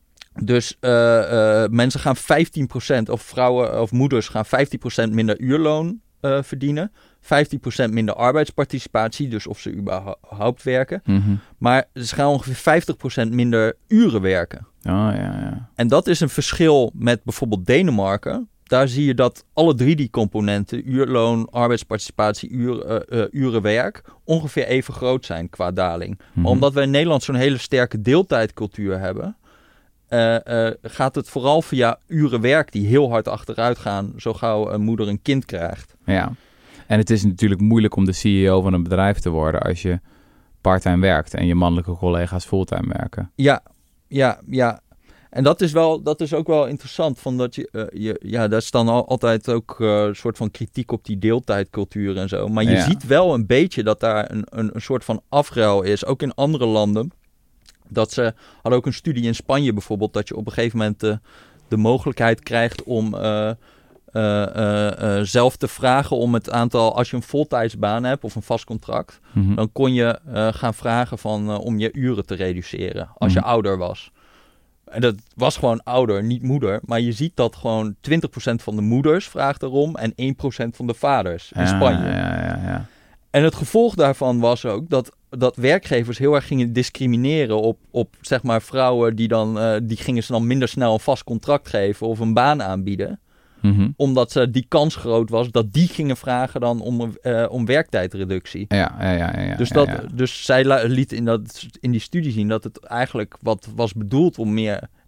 dus uh, uh, mensen gaan vijftien procent, of vrouwen of moeders gaan vijftien procent minder uurloon uh, verdienen. vijftien procent minder arbeidsparticipatie, dus of ze überhaupt werken.
Mm-hmm.
Maar ze gaan ongeveer vijftig procent minder uren werken.
Oh, ja, ja.
En dat is een verschil met bijvoorbeeld Denemarken. Daar zie je dat alle drie die componenten, uurloon, arbeidsparticipatie, uur, uh, uh, uren werk, ongeveer even groot zijn qua daling.
Mm-hmm.
Maar omdat we in Nederland zo'n hele sterke deeltijdcultuur hebben, uh, uh, gaat het vooral via uren werk die heel hard achteruit gaan, zo gauw een moeder een kind krijgt.
Ja. En het is natuurlijk moeilijk om de C E O van een bedrijf te worden als je parttime werkt en je mannelijke collega's fulltime werken.
Ja, ja, ja. En dat is, wel, dat is ook wel interessant. Van dat je, uh, je, ja, daar is dan al, altijd ook uh, een soort van kritiek op die deeltijdcultuur en zo. Maar je
ja.
ziet wel een beetje dat daar een, een, een soort van afruil is. Ook in andere landen. Dat ze hadden ook een studie in Spanje bijvoorbeeld. Dat je op een gegeven moment uh, de mogelijkheid krijgt om uh, uh, uh, uh, zelf te vragen om het aantal... Als je een voltijdsbaan hebt of een vast contract...
Mm-hmm.
dan kon je uh, gaan vragen van, uh, om je uren te reduceren als mm-hmm. je ouder was. En dat was gewoon ouder, niet moeder. Maar je ziet dat gewoon twintig procent van de moeders vraagt erom en één procent van de vaders in
ja,
Spanje.
Ja, ja, ja.
En het gevolg daarvan was ook dat, dat werkgevers heel erg gingen discrimineren op, op zeg maar vrouwen die dan, uh, die gingen ze dan minder snel een vast contract geven of een baan aanbieden.
Mm-hmm.
Omdat uh, die kans groot was dat die gingen vragen dan om, uh, om werktijdreductie.
Ja, ja, ja. ja,
dus,
ja,
dat,
ja.
dus zij la- liet in, dat, in die studie zien dat het eigenlijk wat was bedoeld om meer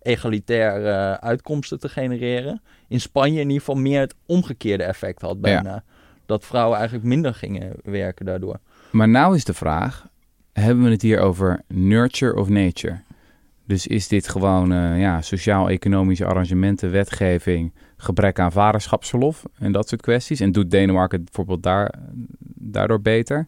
egalitair uh, uitkomsten te genereren. In Spanje in ieder geval meer het omgekeerde effect had bijna. Ja. Dat vrouwen eigenlijk minder gingen werken daardoor.
Maar nou is de vraag, hebben we het hier over nurture of nature? Dus is dit gewoon uh, ja, sociaal-economische arrangementen, wetgeving, gebrek aan vaderschapsverlof en dat soort kwesties? En doet Denemarken bijvoorbeeld daar, daardoor beter?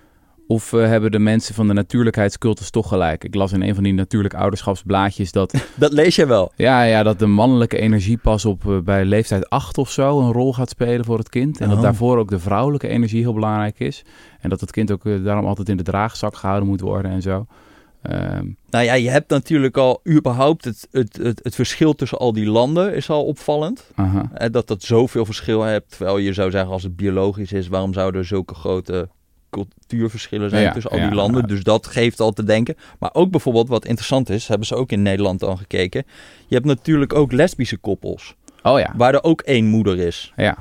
Of uh, hebben de mensen van de natuurlijkheidscultus toch gelijk? Ik las in een van die natuurlijk ouderschapsblaadjes dat...
Dat lees je wel?
Ja, ja, dat de mannelijke energie pas op uh, bij leeftijd acht of zo een rol gaat spelen voor het kind. En oh. dat daarvoor ook de vrouwelijke energie heel belangrijk is. En dat het kind ook uh, daarom altijd in de draagzak gehouden moet worden en zo. Um,
nou ja, je hebt natuurlijk al überhaupt het, het, het, het verschil tussen al die landen is al opvallend.
Uh-huh.
En dat dat zoveel verschil hebt. Terwijl je zou zeggen, als het biologisch is, waarom zouden er zulke grote cultuurverschillen zijn ja, tussen al die ja, landen? Ja. Dus dat geeft al te denken. Maar ook bijvoorbeeld, wat interessant is, hebben ze ook in Nederland al gekeken. Je hebt natuurlijk ook lesbische koppels.
Oh ja.
Waar er ook één moeder is.
Ja.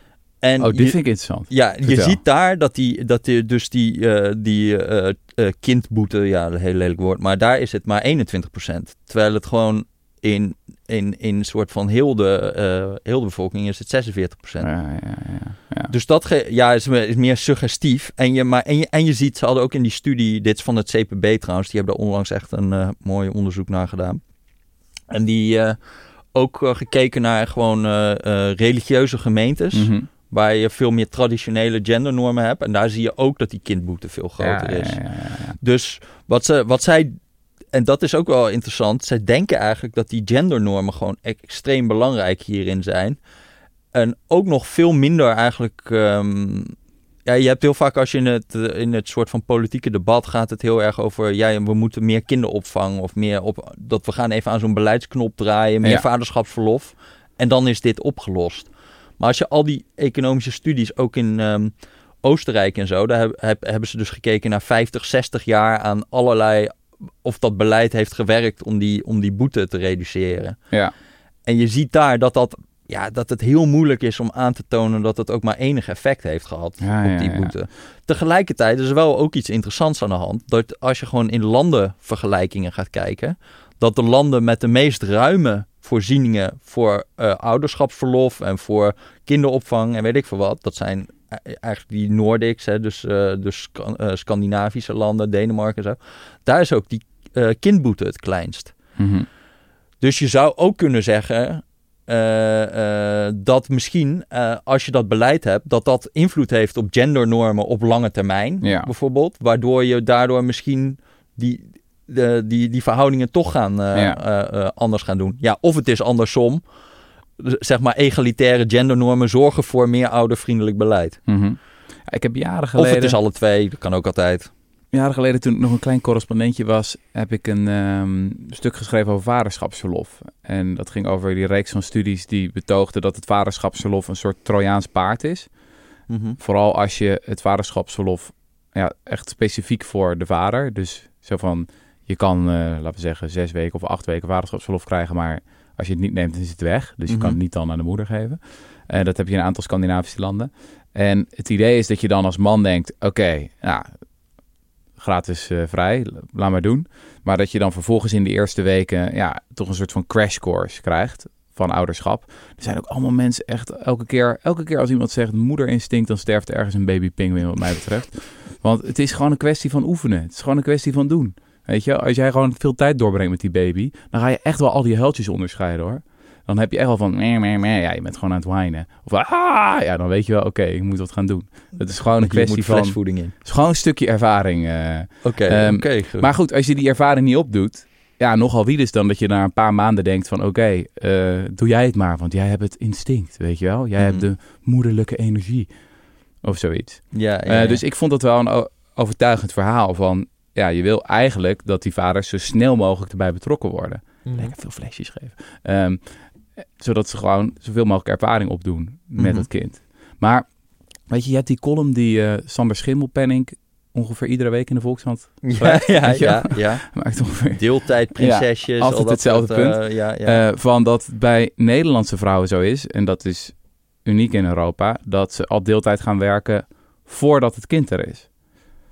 En
oh, die je, vind ik interessant.
Ja,
Vertel.
Je ziet daar dat die, dat die dus die, uh, die uh, uh, kindboete, ja, een heel lelijk woord, maar daar is het maar eenentwintig procent. Terwijl het gewoon in, in, in een soort van heel de, uh, heel de bevolking is het zesenveertig procent.
Ja, ja, ja, ja.
Dus dat ge- ja, is, is meer suggestief. En je, maar, en, je, en je ziet, ze hadden ook in die studie, dit is van het C P B trouwens, die hebben daar onlangs echt een uh, mooi onderzoek naar gedaan. En die uh, ook uh, gekeken naar gewoon uh, uh, religieuze gemeentes. Mm-hmm. Waar je veel meer traditionele gendernormen hebt. En daar zie je ook dat die kindboete veel groter
ja,
is.
Ja, ja, ja.
Dus wat, ze, wat zij... En dat is ook wel interessant. Zij denken eigenlijk dat die gendernormen gewoon extreem belangrijk hierin zijn. En ook nog veel minder eigenlijk... Um, ja, je hebt heel vaak als je in het, in het soort van politieke debat gaat het heel erg over... Ja, we moeten meer kinderopvang of meer op... Dat we gaan even aan zo'n beleidsknop draaien. Meer ja. vaderschapsverlof. En dan is dit opgelost. Maar als je al die economische studies, ook in um, Oostenrijk en zo, daar heb, heb, hebben ze dus gekeken naar vijftig, zestig jaar aan allerlei, of dat beleid heeft gewerkt om die, om die boete te reduceren.
Ja.
En je ziet daar dat, dat, ja, dat het heel moeilijk is om aan te tonen dat het ook maar enig effect heeft gehad
ja,
op die
ja,
boete.
Ja.
Tegelijkertijd is er wel ook iets interessants aan de hand. Dat als je gewoon in landenvergelijkingen gaat kijken, dat de landen met de meest ruime voorzieningen voor uh, ouderschapsverlof en voor kinderopvang en weet ik veel wat. Dat zijn eigenlijk die Nordics, hè, dus, uh, dus uh, Scandinavische landen, Denemarken en zo. Daar is ook die uh, kindboete het kleinst.
Mm-hmm.
Dus je zou ook kunnen zeggen uh, uh, dat misschien uh, als je dat beleid hebt, dat dat invloed heeft op gendernormen op lange termijn,
ja.
bijvoorbeeld. Waardoor je daardoor misschien die... De, die, die verhoudingen toch gaan uh, ja. uh, uh, anders gaan doen. Ja, of het is andersom. Zeg maar egalitaire gendernormen zorgen voor meer oudervriendelijk beleid.
Mm-hmm. Ja, ik heb jaren geleden...
Of het is alle twee, dat kan ook altijd.
Jaren geleden, toen ik nog een klein correspondentje was, heb ik een um, stuk geschreven over vaderschapsverlof. En dat ging over die reeks van studies die betoogden dat het vaderschapsverlof een soort Trojaans paard is.
Mm-hmm.
Vooral als je het vaderschapsverlof ja, echt specifiek voor de vader, dus zo van... Je kan, uh, laten we zeggen, zes weken of acht weken vaderschapsverlof krijgen, maar als je het niet neemt, dan is het weg. Dus je mm-hmm. kan het niet dan aan de moeder geven. Uh, dat heb je in een aantal Scandinavische landen. En het idee is dat je dan als man denkt, oké, okay, nou, gratis uh, vrij, laat maar doen. Maar dat je dan vervolgens in de eerste weken, ja, toch een soort van crash course krijgt van ouderschap. Er zijn ook allemaal mensen echt elke keer, elke keer als iemand zegt moederinstinct, dan sterft er ergens een babypinguïn wat mij betreft. Want het is gewoon een kwestie van oefenen. Het is gewoon een kwestie van doen. Weet je, als jij gewoon veel tijd doorbrengt met die baby, dan ga je echt wel al die huiltjes onderscheiden, hoor. Dan heb je echt wel van, meh, meh, meh, ja, je bent gewoon aan het whinen. Of, ah, ja, dan weet je wel, oké, okay, ik moet wat gaan doen. Het is gewoon een kwestie van...
flesvoeding in.
Het is gewoon een stukje ervaring. Uh,
oké, okay,
um,
okay,
maar goed, als je die ervaring niet opdoet, ja, nogal wie is dan dat je na een paar maanden denkt van, oké, okay, uh, doe jij het maar, want jij hebt het instinct, weet je wel. Jij mm. hebt de moederlijke energie, of zoiets.
Ja, ja,
uh,
ja.
Dus ik vond dat wel een o- overtuigend verhaal van... Ja, je wil eigenlijk dat die vaders zo snel mogelijk erbij betrokken worden. Mm. Lekker veel flesjes geven. Um, zodat ze gewoon zoveel mogelijk ervaring opdoen met mm-hmm. het kind. Maar, weet je, je hebt die column die uh, Sander Schimmelpenninck ongeveer iedere week in de Volkskrant
schrijft. Ja, ja, ja, ja.
Maakt ongeveer...
Deeltijdprinsesjes.
Ja, altijd hetzelfde
dat,
punt.
Uh, ja, ja.
Uh, van dat bij Nederlandse vrouwen zo is, en dat is uniek in Europa, dat ze al deeltijd gaan werken voordat het kind er is.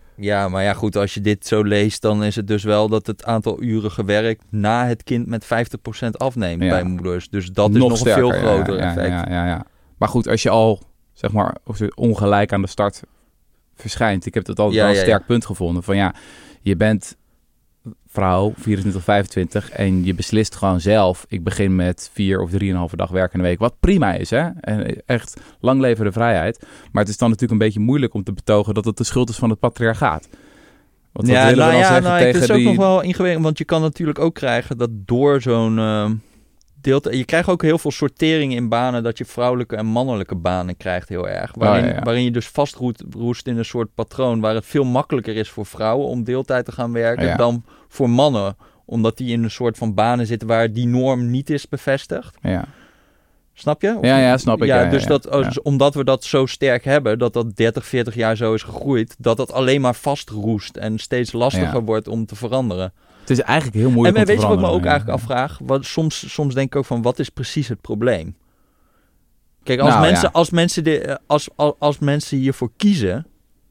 Ja, maar ja goed, als je dit zo leest, dan is het dus wel dat het aantal uren gewerkt na het kind met vijftig procent afneemt ja. bij moeders. Dus dat is nog, nog sterker, een veel groter
ja, ja,
effect.
Ja, ja, ja. Maar goed, als je al, zeg maar, ongelijk aan de start verschijnt. Ik heb dat altijd ja, wel een ja, sterk ja. punt gevonden. Van ja, je bent vrouw, vierentwintig, vijfentwintig en je beslist gewoon zelf. Ik begin met vier of drieënhalve dag werk in de week. Wat prima is, hè? En echt lang leven de vrijheid. Maar het is dan natuurlijk een beetje moeilijk om te betogen dat het de schuld is van het patriarchaat. Want
ja,
willen
nou
we dan
ja,
zeggen
nou,
tegen
het is ook
die...
nog wel ingewikkeld, want je kan natuurlijk ook krijgen dat door zo'n uh, deelt, je krijgt ook heel veel sortering in banen, dat je vrouwelijke en mannelijke banen krijgt heel erg. Waarin, oh, ja, ja. waarin je dus vastroest in een soort patroon waar het veel makkelijker is voor vrouwen om deeltijd te gaan werken ja. dan voor mannen. Omdat die in een soort van banen zitten waar die norm niet is bevestigd.
Ja.
Snap je? Of,
ja, ja, snap ik.
Ja,
ja,
dus
ja,
dat,
ja.
Dus omdat we dat zo sterk hebben, dat dat dertig, veertig jaar zo is gegroeid, dat dat alleen maar vastroest en steeds lastiger ja. wordt om te veranderen.
Het is eigenlijk heel moeilijk
en,
om te
weet
veranderen.
En weet je wat ik me ook
ja.
eigenlijk afvraag? Wat, soms, soms denk ik ook van, wat is precies het probleem? Kijk, als,
nou,
mensen,
ja.
als, mensen de, als, als, als mensen hiervoor kiezen,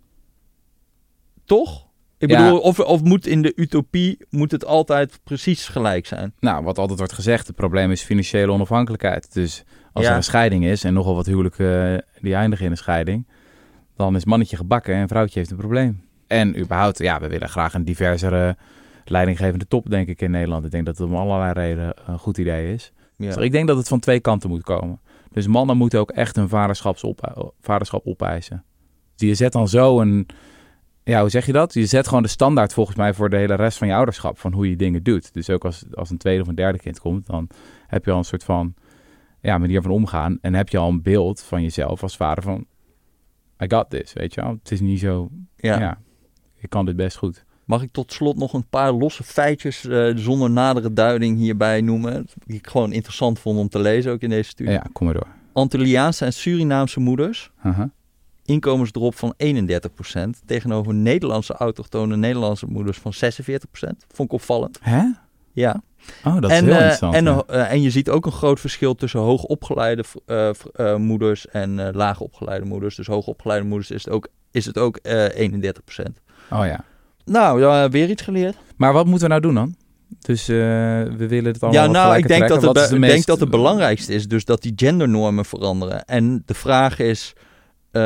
toch? Ik
ja.
bedoel, of, of moet in de utopie moet het altijd precies gelijk zijn?
Nou, wat altijd wordt gezegd, het probleem is financiële onafhankelijkheid. Dus als
ja.
er een scheiding is en nogal wat huwelijken uh, die eindigen in een scheiding, dan is mannetje gebakken en vrouwtje heeft een probleem. En überhaupt, ja, we willen graag een diversere leidinggevende top, denk ik, in Nederland. Ik denk dat het om allerlei redenen een goed idee is. Ja. Dus ik denk dat het van twee kanten moet komen. Dus mannen moeten ook echt hun vaderschap vaderschap opeisen. Dus je zet dan zo een... Ja, hoe zeg je dat? Je zet gewoon de standaard volgens mij voor de hele rest van je ouderschap. Van hoe je dingen doet. Dus ook als, als een tweede of een derde kind komt, dan heb je al een soort van ja, manier van omgaan. En heb je al een beeld van jezelf als vader van I got this, weet je wel. Het is niet zo, ja, ja ik kan dit best goed.
Mag ik tot slot nog een paar losse feitjes uh, zonder nadere duiding hierbij noemen? Die ik gewoon interessant vond om te lezen, ook in deze studie.
Ja, kom maar door.
Antilliaanse en Surinaamse moeders.
Uh-huh.
Inkomensdrop van eenendertig procent tegenover Nederlandse autochtone Nederlandse moeders van zesenveertig procent. Vond ik opvallend.
Hè?
Ja.
Oh, dat
en,
is heel
uh,
interessant.
En,
ja.
uh, en je ziet ook een groot verschil tussen hoogopgeleide uh, uh, moeders en uh, laagopgeleide moeders. Dus hoogopgeleide moeders is het ook, is het ook uh, eenendertig procent.
Oh ja.
Nou, uh, weer iets geleerd.
Maar wat moeten we nou doen dan? Dus uh, we willen het allemaal
ja, nou, ik denk dat, het,
be-
ik
meest...
denk dat het belangrijkste is dus dat die gendernormen veranderen. En de vraag is... Uh,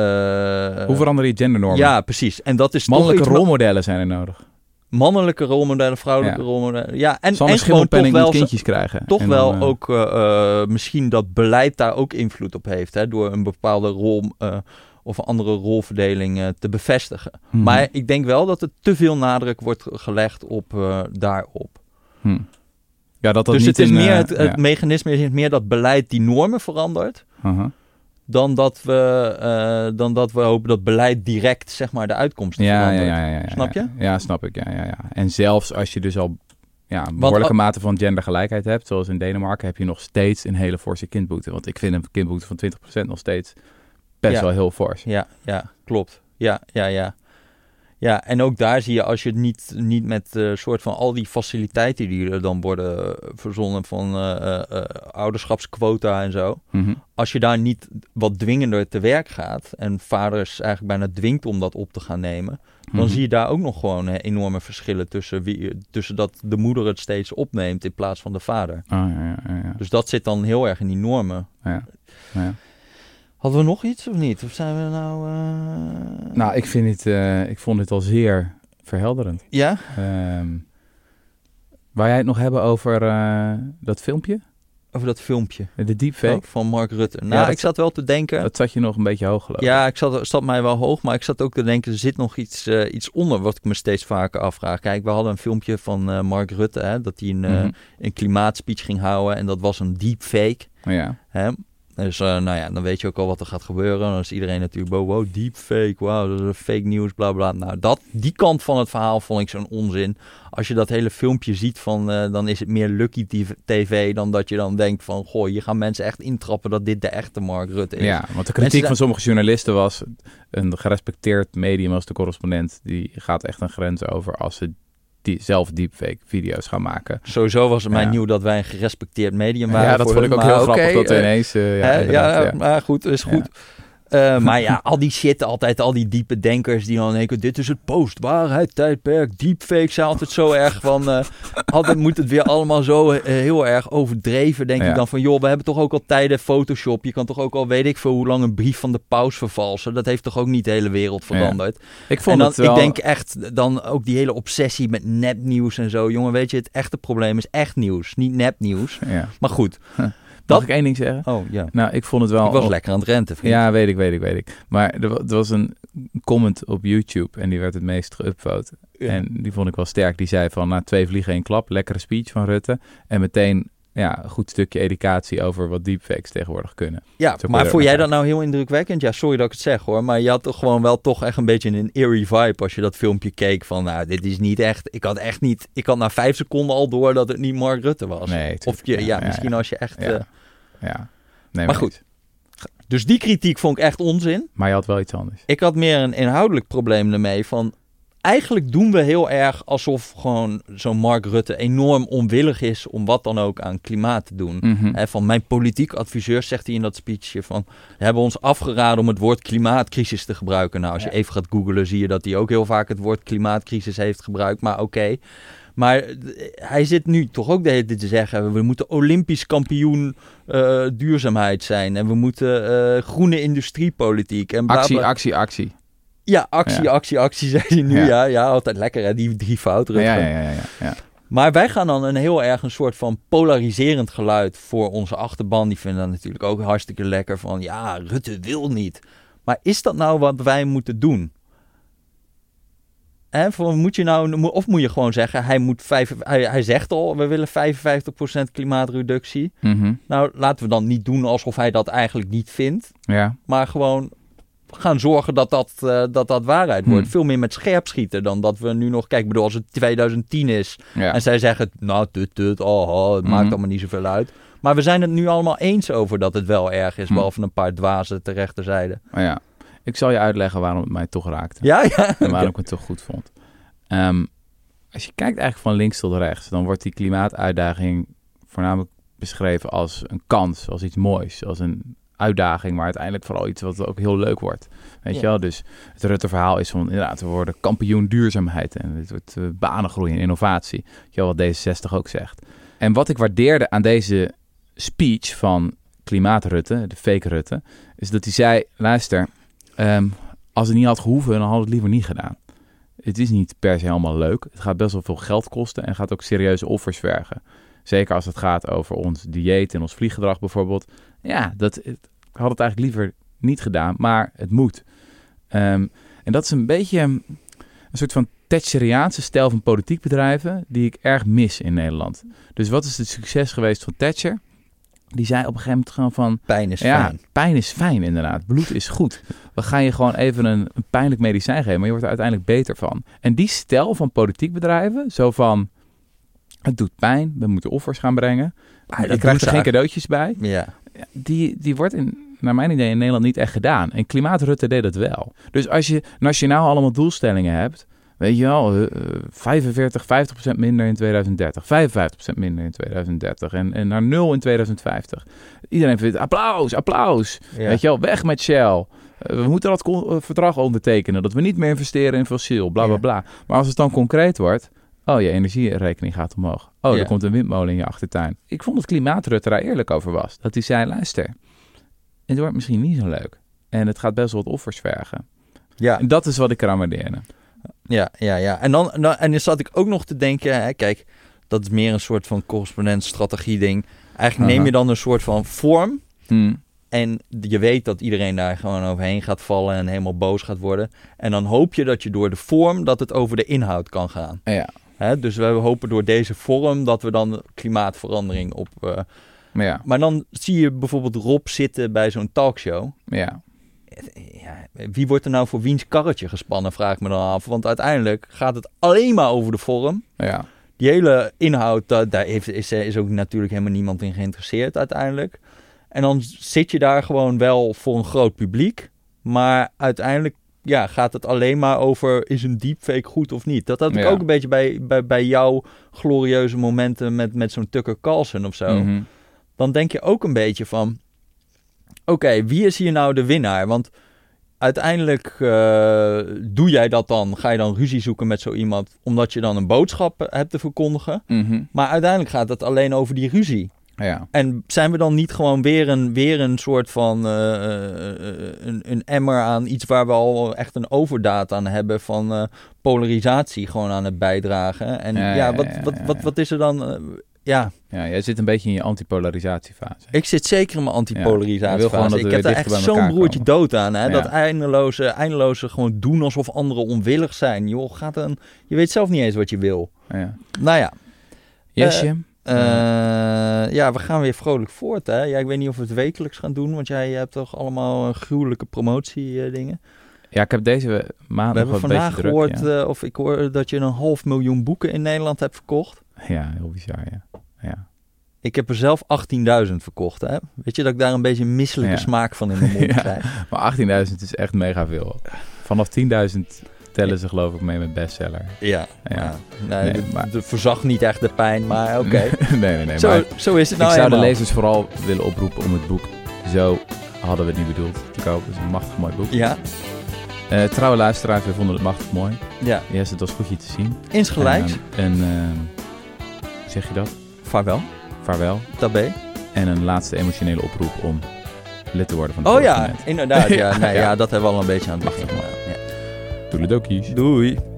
uh,
Hoe verander je gendernormen?
Ja, precies. En dat is
mannelijke
toch iets
rolmodellen zijn er nodig.
Mannelijke rolmodellen, vrouwelijke ja. rolmodellen. Ja, en,
Sanne
en gewoon toch wel
kindjes krijgen.
Toch
en
wel
dan, uh...
ook uh, uh, misschien dat beleid daar ook invloed op heeft. Hè, door een bepaalde rol uh, of een andere rolverdeling uh, te bevestigen. Hmm. Maar ik denk wel dat er te veel nadruk wordt gelegd op uh, daarop.
Hmm. Ja, dat dat
dus
niet
het is
in,
meer
uh,
het, het
ja.
mechanisme is meer dat beleid die normen verandert.
Uh-huh.
Dan dat, we, uh, dan dat we hopen dat beleid direct zeg maar, de uitkomsten
ja,
verandert.
Ja, ja, ja, ja,
snap je?
Ja, ja, snap ik. Ja, ja, ja. En zelfs als je dus al ja, een behoorlijke Want, mate van gendergelijkheid hebt, zoals in Denemarken, heb je nog steeds een hele forse kindboete. Want ik vind een kindboete van twintig procent nog steeds best ja. wel heel fors.
Ja, ja, klopt. Ja, ja, ja. Ja, en ook daar zie je als je het niet, niet met uh, soort van al die faciliteiten die er dan worden verzonnen van uh, uh, uh, ouderschapsquota en zo.
Mm-hmm.
Als je daar niet wat dwingender te werk gaat en vaders eigenlijk bijna dwingt om dat op te gaan nemen, dan mm-hmm. zie je daar ook nog gewoon uh, enorme verschillen tussen, wie, tussen dat de moeder het steeds opneemt in plaats van de vader.
Oh, ja, ja, ja, ja.
Dus dat zit dan heel erg in die normen.
Ja, ja.
Hadden we nog iets of niet? Of zijn we nou... Uh...
Nou, ik, vind het, uh, ik vond het al zeer verhelderend.
Ja?
Um, wou jij het nog hebben over uh, dat filmpje?
Over dat filmpje?
De deepfake?
Oh, van Mark Rutte. Nou,
ja, dat,
ik zat wel te denken...
Dat zat je nog een beetje hoog, geloof ik.
Ja, ik zat, zat mij wel hoog, maar ik zat ook te denken... er zit nog iets, uh, iets onder wat ik me steeds vaker afvraag. Kijk, we hadden een filmpje van uh, Mark Rutte... Hè, dat hij een, mm-hmm. uh, een klimaatspeech ging houden... en dat was een deepfake.
Ja.
Hè? Dus uh, nou ja, dan weet je ook al wat er gaat gebeuren. Dan is iedereen natuurlijk, wow, wow deepfake, wow, dat is fake nieuws, bla bla. Nou, dat, die kant van het verhaal vond ik zo'n onzin. Als je dat hele filmpje ziet, van, uh, dan is het meer Lucky T V dan dat je dan denkt van, goh, hier gaan mensen echt intrappen dat dit de echte Mark Rutte is.
Ja, want de kritiek mensen van sommige journalisten was, een gerespecteerd medium als de Correspondent, die gaat echt een grens over als ze die zelf deepfake video's gaan maken.
Sowieso was het mij ja. nieuw dat wij een gerespecteerd medium waren.
Ja, dat vond ik ook heel okay, grappig dat uh, ineens... Uh, ja,
hè, ja, ja, maar goed, is goed. Uh, maar ja, al die shit, altijd al die diepe denkers die dan denken, dit is het post-waarheid tijdperk, deepfake, zijn altijd zo erg van, uh, altijd moet het weer allemaal zo uh, heel erg overdreven, denk ja. ik dan van, joh, we hebben toch ook al tijden Photoshop, je kan toch ook al, weet ik veel hoe lang, een brief van de paus vervalsen, dat heeft toch ook niet de hele wereld veranderd. Ja.
Ik vond
dan,
het wel...
Ik denk echt, dan ook die hele obsessie met nepnieuws en zo, jongen, weet je, het echte probleem is echt nieuws, niet nepnieuws. Ja. Maar goed.
Huh. Mag dat... ik één ding zeggen?
Oh, ja.
Nou, ik vond het wel...
Ik was lekker aan het renten, vriend.
Ja, weet ik, weet ik, weet ik. Maar er, er was een comment op YouTube en die werd het meest geüpvote. Ja. En die vond ik wel sterk. Die zei van, nou, twee vliegen één klap. Lekkere speech van Rutte. En meteen, ja, een goed stukje educatie over wat deepfakes tegenwoordig kunnen.
Ja, maar vond jij dat nou heel indrukwekkend? Ja, sorry dat ik het zeg hoor. Maar je had toch gewoon wel toch echt een beetje een eerie vibe als je dat filmpje keek van, nou, dit is niet echt... Ik had echt niet... Ik had na vijf seconden al door dat het niet Mark Rutte was.
Nee,
of je, ja, ja, ja misschien ja. als je echt...
Ja.
Uh,
ja.
maar,
Nee, maar
goed. Dus die kritiek vond ik echt onzin.
Maar je had wel iets anders.
Ik had meer een inhoudelijk probleem ermee van... Eigenlijk doen we heel erg alsof gewoon zo'n Mark Rutte enorm onwillig is om wat dan ook aan klimaat te doen.
Mm-hmm.
He, van mijn politiek adviseur zegt hij in dat speechje van... We hebben ons afgeraden om het woord klimaatcrisis te gebruiken. Nou, als je ja. even gaat googlen zie je dat hij ook heel vaak het woord klimaatcrisis heeft gebruikt. Maar oké. Okay. Maar hij zit nu toch ook de hele tijd te zeggen... we moeten olympisch kampioen uh, duurzaamheid zijn. En we moeten uh, groene industriepolitiek. En bla, bla.
Actie, actie, actie.
Ja, actie, ja. actie, actie, zei hij nu. Ja, ja, ja altijd lekker hè, die drie fouten.
Ja, ja, ja, ja, ja.
Maar wij gaan dan een heel erg een soort van polariserend geluid voor onze achterban. Die vinden dat natuurlijk ook hartstikke lekker van... ja, Rutte wil niet. Maar is dat nou wat wij moeten doen? Hè, voor, moet je nou, of moet je gewoon zeggen, hij, moet vijf, hij, hij zegt al, we willen vijfenvijftig procent klimaatreductie.
Mm-hmm.
Nou, laten we dan niet doen alsof hij dat eigenlijk niet vindt.
Ja.
Maar gewoon gaan zorgen dat dat, uh, dat, dat waarheid wordt. Hmm. Veel meer met scherp schieten dan dat we nu nog... Kijk, bedoel, als het twintig tien is ja. en zij zeggen, nou, tut, tut, oh, oh het mm-hmm. maakt allemaal niet zoveel uit. Maar we zijn het nu allemaal eens over dat het wel erg is, mm. behalve een paar dwazen ter rechterzijde.
Oh ja. Ik zal je uitleggen waarom het mij toch raakte.
Ja, ja.
En waarom ik het toch goed vond. Um, als je kijkt eigenlijk van links tot rechts, dan wordt die klimaatuitdaging voornamelijk beschreven als een kans, als iets moois, als een uitdaging, maar uiteindelijk vooral iets wat ook heel leuk wordt. Weet ja. je wel? Dus het Rutte-verhaal is van, inderdaad, we worden kampioen duurzaamheid en het wordt uh, banengroei en innovatie. Weet je wel, wat D zesenzestig ook zegt. En wat ik waardeerde aan deze speech van klimaat-Rutte, de fake Rutte, is dat hij zei, luister, um, als het niet had gehoeven, dan hadden we het liever niet gedaan. Het is niet per se helemaal leuk. Het gaat best wel veel geld kosten en gaat ook serieuze offers vergen. Zeker als het gaat over ons dieet en ons vlieggedrag bijvoorbeeld. Ja, dat ik had het eigenlijk liever niet gedaan, maar het moet. Um, en dat is een beetje een soort van Thatcheriaanse stijl van politiek bedrijven die ik erg mis in Nederland. Dus wat is het succes geweest van Thatcher? Die zei op een gegeven moment gewoon van...
Pijn is
ja,
fijn.
Pijn is fijn inderdaad. Bloed is goed. We gaan je gewoon even een, een pijnlijk medicijn geven, maar je wordt er uiteindelijk beter van. En die stijl van politiek bedrijven, zo van... Het doet pijn, we moeten offers gaan brengen. Maar je krijgt er geen cadeautjes bij.
Ja.
Die, die wordt in, naar mijn idee in Nederland niet echt gedaan. En Klimaat-Rutte deed dat wel. Dus als je nationaal allemaal doelstellingen hebt... Weet je wel, uh, vijfenveertig, vijftig procent minder in tweeduizend dertig. vijfenvijftig procent minder in tweeduizend dertig. En, en naar nul in tweeduizend vijftig. Iedereen vindt applaus, applaus. Ja. Weet je wel, weg met Shell. Uh, we moeten dat con- verdrag ondertekenen. Dat we niet meer investeren in fossiel, bla bla bla. Maar als het dan concreet wordt... Oh, je energierekening gaat omhoog. Oh, ja. Er komt een windmolen in je achtertuin. Ik vond dat Klimaat-Rutte daar eerlijk over was. Dat hij zei, luister, het wordt misschien niet zo leuk. En het gaat best wel wat offers vergen.
Ja.
En dat is wat ik eraan waardeerde.
Ja, ja, ja. En dan, dan, en dan zat ik ook nog te denken, hè, kijk, dat is meer een soort van correspondent-strategie ding. Eigenlijk uh-huh. neem je dan een soort van vorm
hmm.
en je weet dat iedereen daar gewoon overheen gaat vallen en helemaal boos gaat worden. En dan hoop je dat je door de vorm, dat het over de inhoud kan gaan.
Ja.
Hè, dus we hopen door deze vorm dat we dan klimaatverandering op... Uh,
ja.
Maar dan zie je bijvoorbeeld Rob zitten bij zo'n talkshow.
Ja.
Ja, wie wordt er nou voor wiens karretje gespannen, vraag ik me dan af. Want uiteindelijk gaat het alleen maar over de vorm.
Ja.
Die hele inhoud, daar heeft, is, is ook natuurlijk helemaal niemand in geïnteresseerd uiteindelijk. En dan zit je daar gewoon wel voor een groot publiek. Maar uiteindelijk ja, gaat het alleen maar over, is een deepfake goed of niet? Dat had ik ja. ook een beetje bij, bij, bij jouw glorieuze momenten met, met zo'n Tucker Carlson of zo.
Mm-hmm.
Dan denk je ook een beetje van... Oké, okay, wie is hier nou de winnaar? Want uiteindelijk uh, doe jij dat dan, ga je dan ruzie zoeken met zo iemand, omdat je dan een boodschap hebt te verkondigen.
Mm-hmm.
Maar uiteindelijk gaat het alleen over die ruzie.
Ja.
En zijn we dan niet gewoon weer een, weer een soort van uh, een, een emmer aan iets waar we al echt een overdaad aan hebben van uh, polarisatie gewoon aan het bijdragen? En ja, ja, wat, ja, ja, wat, wat, wat is er dan... Uh, ja.
ja, jij zit een beetje in je antipolarisatiefase.
Ik zit zeker in mijn antipolarisatiefase.
Ja,
ik heb daar echt zo'n broertje
komen.
dood aan. Hè? Ja. Dat eindeloze, eindeloze gewoon doen alsof anderen onwillig zijn. Joh, gaat een, je weet zelf niet eens wat je wil.
Ja.
Nou ja.
Yesje.
Uh, Uh, ja, we gaan weer vrolijk voort, hè. Ja, ik weet niet of we het wekelijks gaan doen, want jij hebt toch allemaal uh, gruwelijke promotie uh, dingen.
Ja, ik heb deze maand nog een beetje druk. We hebben vandaag gehoord,
ja. uh, of ik hoor dat je een half miljoen boeken in Nederland hebt verkocht.
Ja, heel bizar, ja. ja.
Ik heb er zelf achttienduizend verkocht, hè. Weet je dat ik daar een beetje een misselijke ja. smaak van in mijn mond
ja,
krijg?
Maar achttienduizend is echt mega veel. Vanaf tienduizend tellen ze geloof ik mee met bestseller.
Ja,
ja.
ja. Nee,
nee,
de,
maar...
de verzag niet echt de pijn, maar oké. Okay.
nee, nee, nee.
Zo,
maar
zo is het nou
ik zou
helemaal.
de lezers vooral willen oproepen om het boek Zo hadden we het niet bedoeld te kopen. Het is een machtig mooi boek.
Ja.
Uh, trouwe luisteraars, we vonden het machtig mooi.
Ja.
Yes, het was goed je te zien.
Insgelijks.
En, en uh, hoe zeg je dat?
Vaarwel.
Vaarwel.
Tabé.
En een laatste emotionele oproep om lid te worden van de
Oh ja, inderdaad. Ja, nee,
ja.
ja, dat hebben we al een beetje aan het begin.
Doei.
Doei.